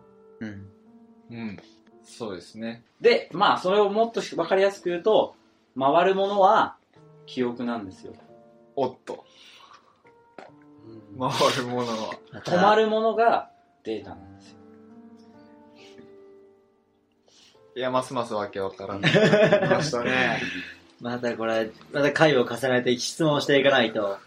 そうですね。 で、まあそれをもっと分かりやすく言うと、回るものは記憶なんですよ。 おっと。回るものは。 止まるものがデータなんですよ。 いや、ますますわけわからなくなりましたね。 また回を重ねて質問していかないと。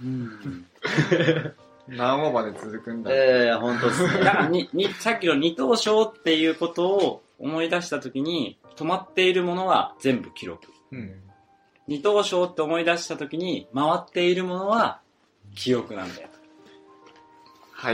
何話まで続くんだ。 本当ですね。 だからさっきの二等賞っていうことを思い出したときに、止まっているものは全部記録。二等賞って思い出したときに、回っているものは記憶なんだよ。 はい。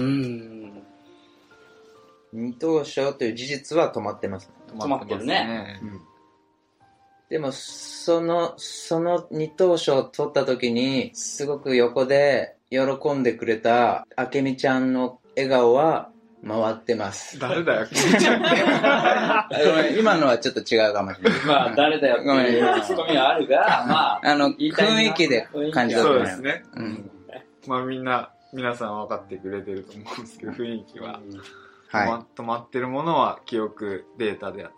二等賞という事実は止まってます。 止まってるね。 でも、その二等賞を取った時に、すごく横で喜んでくれた明美ちゃんの笑顔は回ってます。 誰だよ、明美ちゃんって。 今のはちょっと違うかもしれない。 まあ、誰だよっていうツッコミはあるが、まあ、 雰囲気で感じたと思います。 そうですね。まあ皆さん分かってくれてると思うんですけど、雰囲気は。止まってるものは記憶、データであって、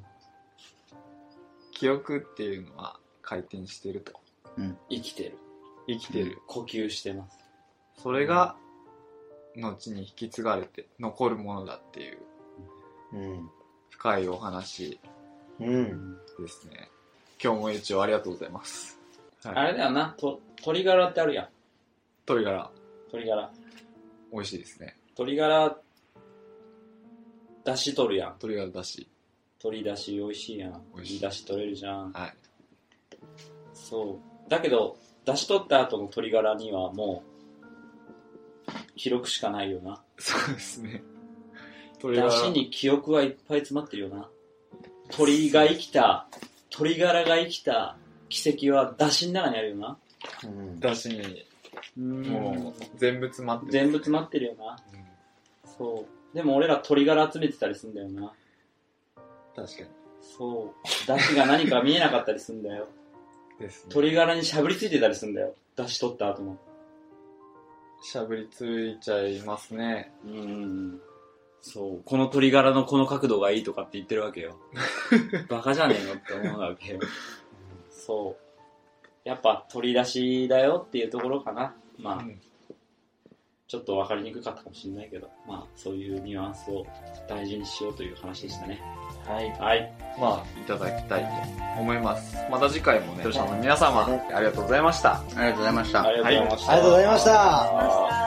記憶っていうのは回転してると。 生きてる。呼吸してます。 それが、後に引き継がれて残るものだっていう、深いお話ですね。今日も一応ありがとうございます。 あれだよな、鶏ガラってあるやん。 鶏ガラ。 美味しいですね。 鶏ガラ、だし取るやん。 鶏ガラだし。 鶏だし美味しいやん。いいだし取れるじゃん。 はい。 そう。だけど、だし取った後の鶏ガラにはもう、記録しかないよな。 そうですね。 だしに記憶はいっぱい詰まってるよな。鶏ガラが生きた奇跡はだしの中にあるよな。 だしに、もう全部詰まってる。 全部詰まってるよな。そう。でも俺ら鶏ガラ集めてたりすんだよな。 確かに。 そう。だしが何か見えなかったりすんだよ。 ですね。 鶏ガラにしゃぶりついてたりすんだよ。だし取った後も。 しゃぶりついちゃいますね。 そう。この鶏ガラのこの角度がいいとかって言ってるわけよ。バカじゃねえのって思うわけよ。そやっぱ取り出しだよっていうところかな。まあ、 うんちょっと分かりにくかったかもしれないけど、まあそういうニュアンスを大事にしようという話でしたね。 はい。 はい。 まあ、いただきたいと思います。また次回もね、視聴者の皆様、ありがとうございました。 ありがとうございました。 ありがとうございました。 ありがとうございました。 ました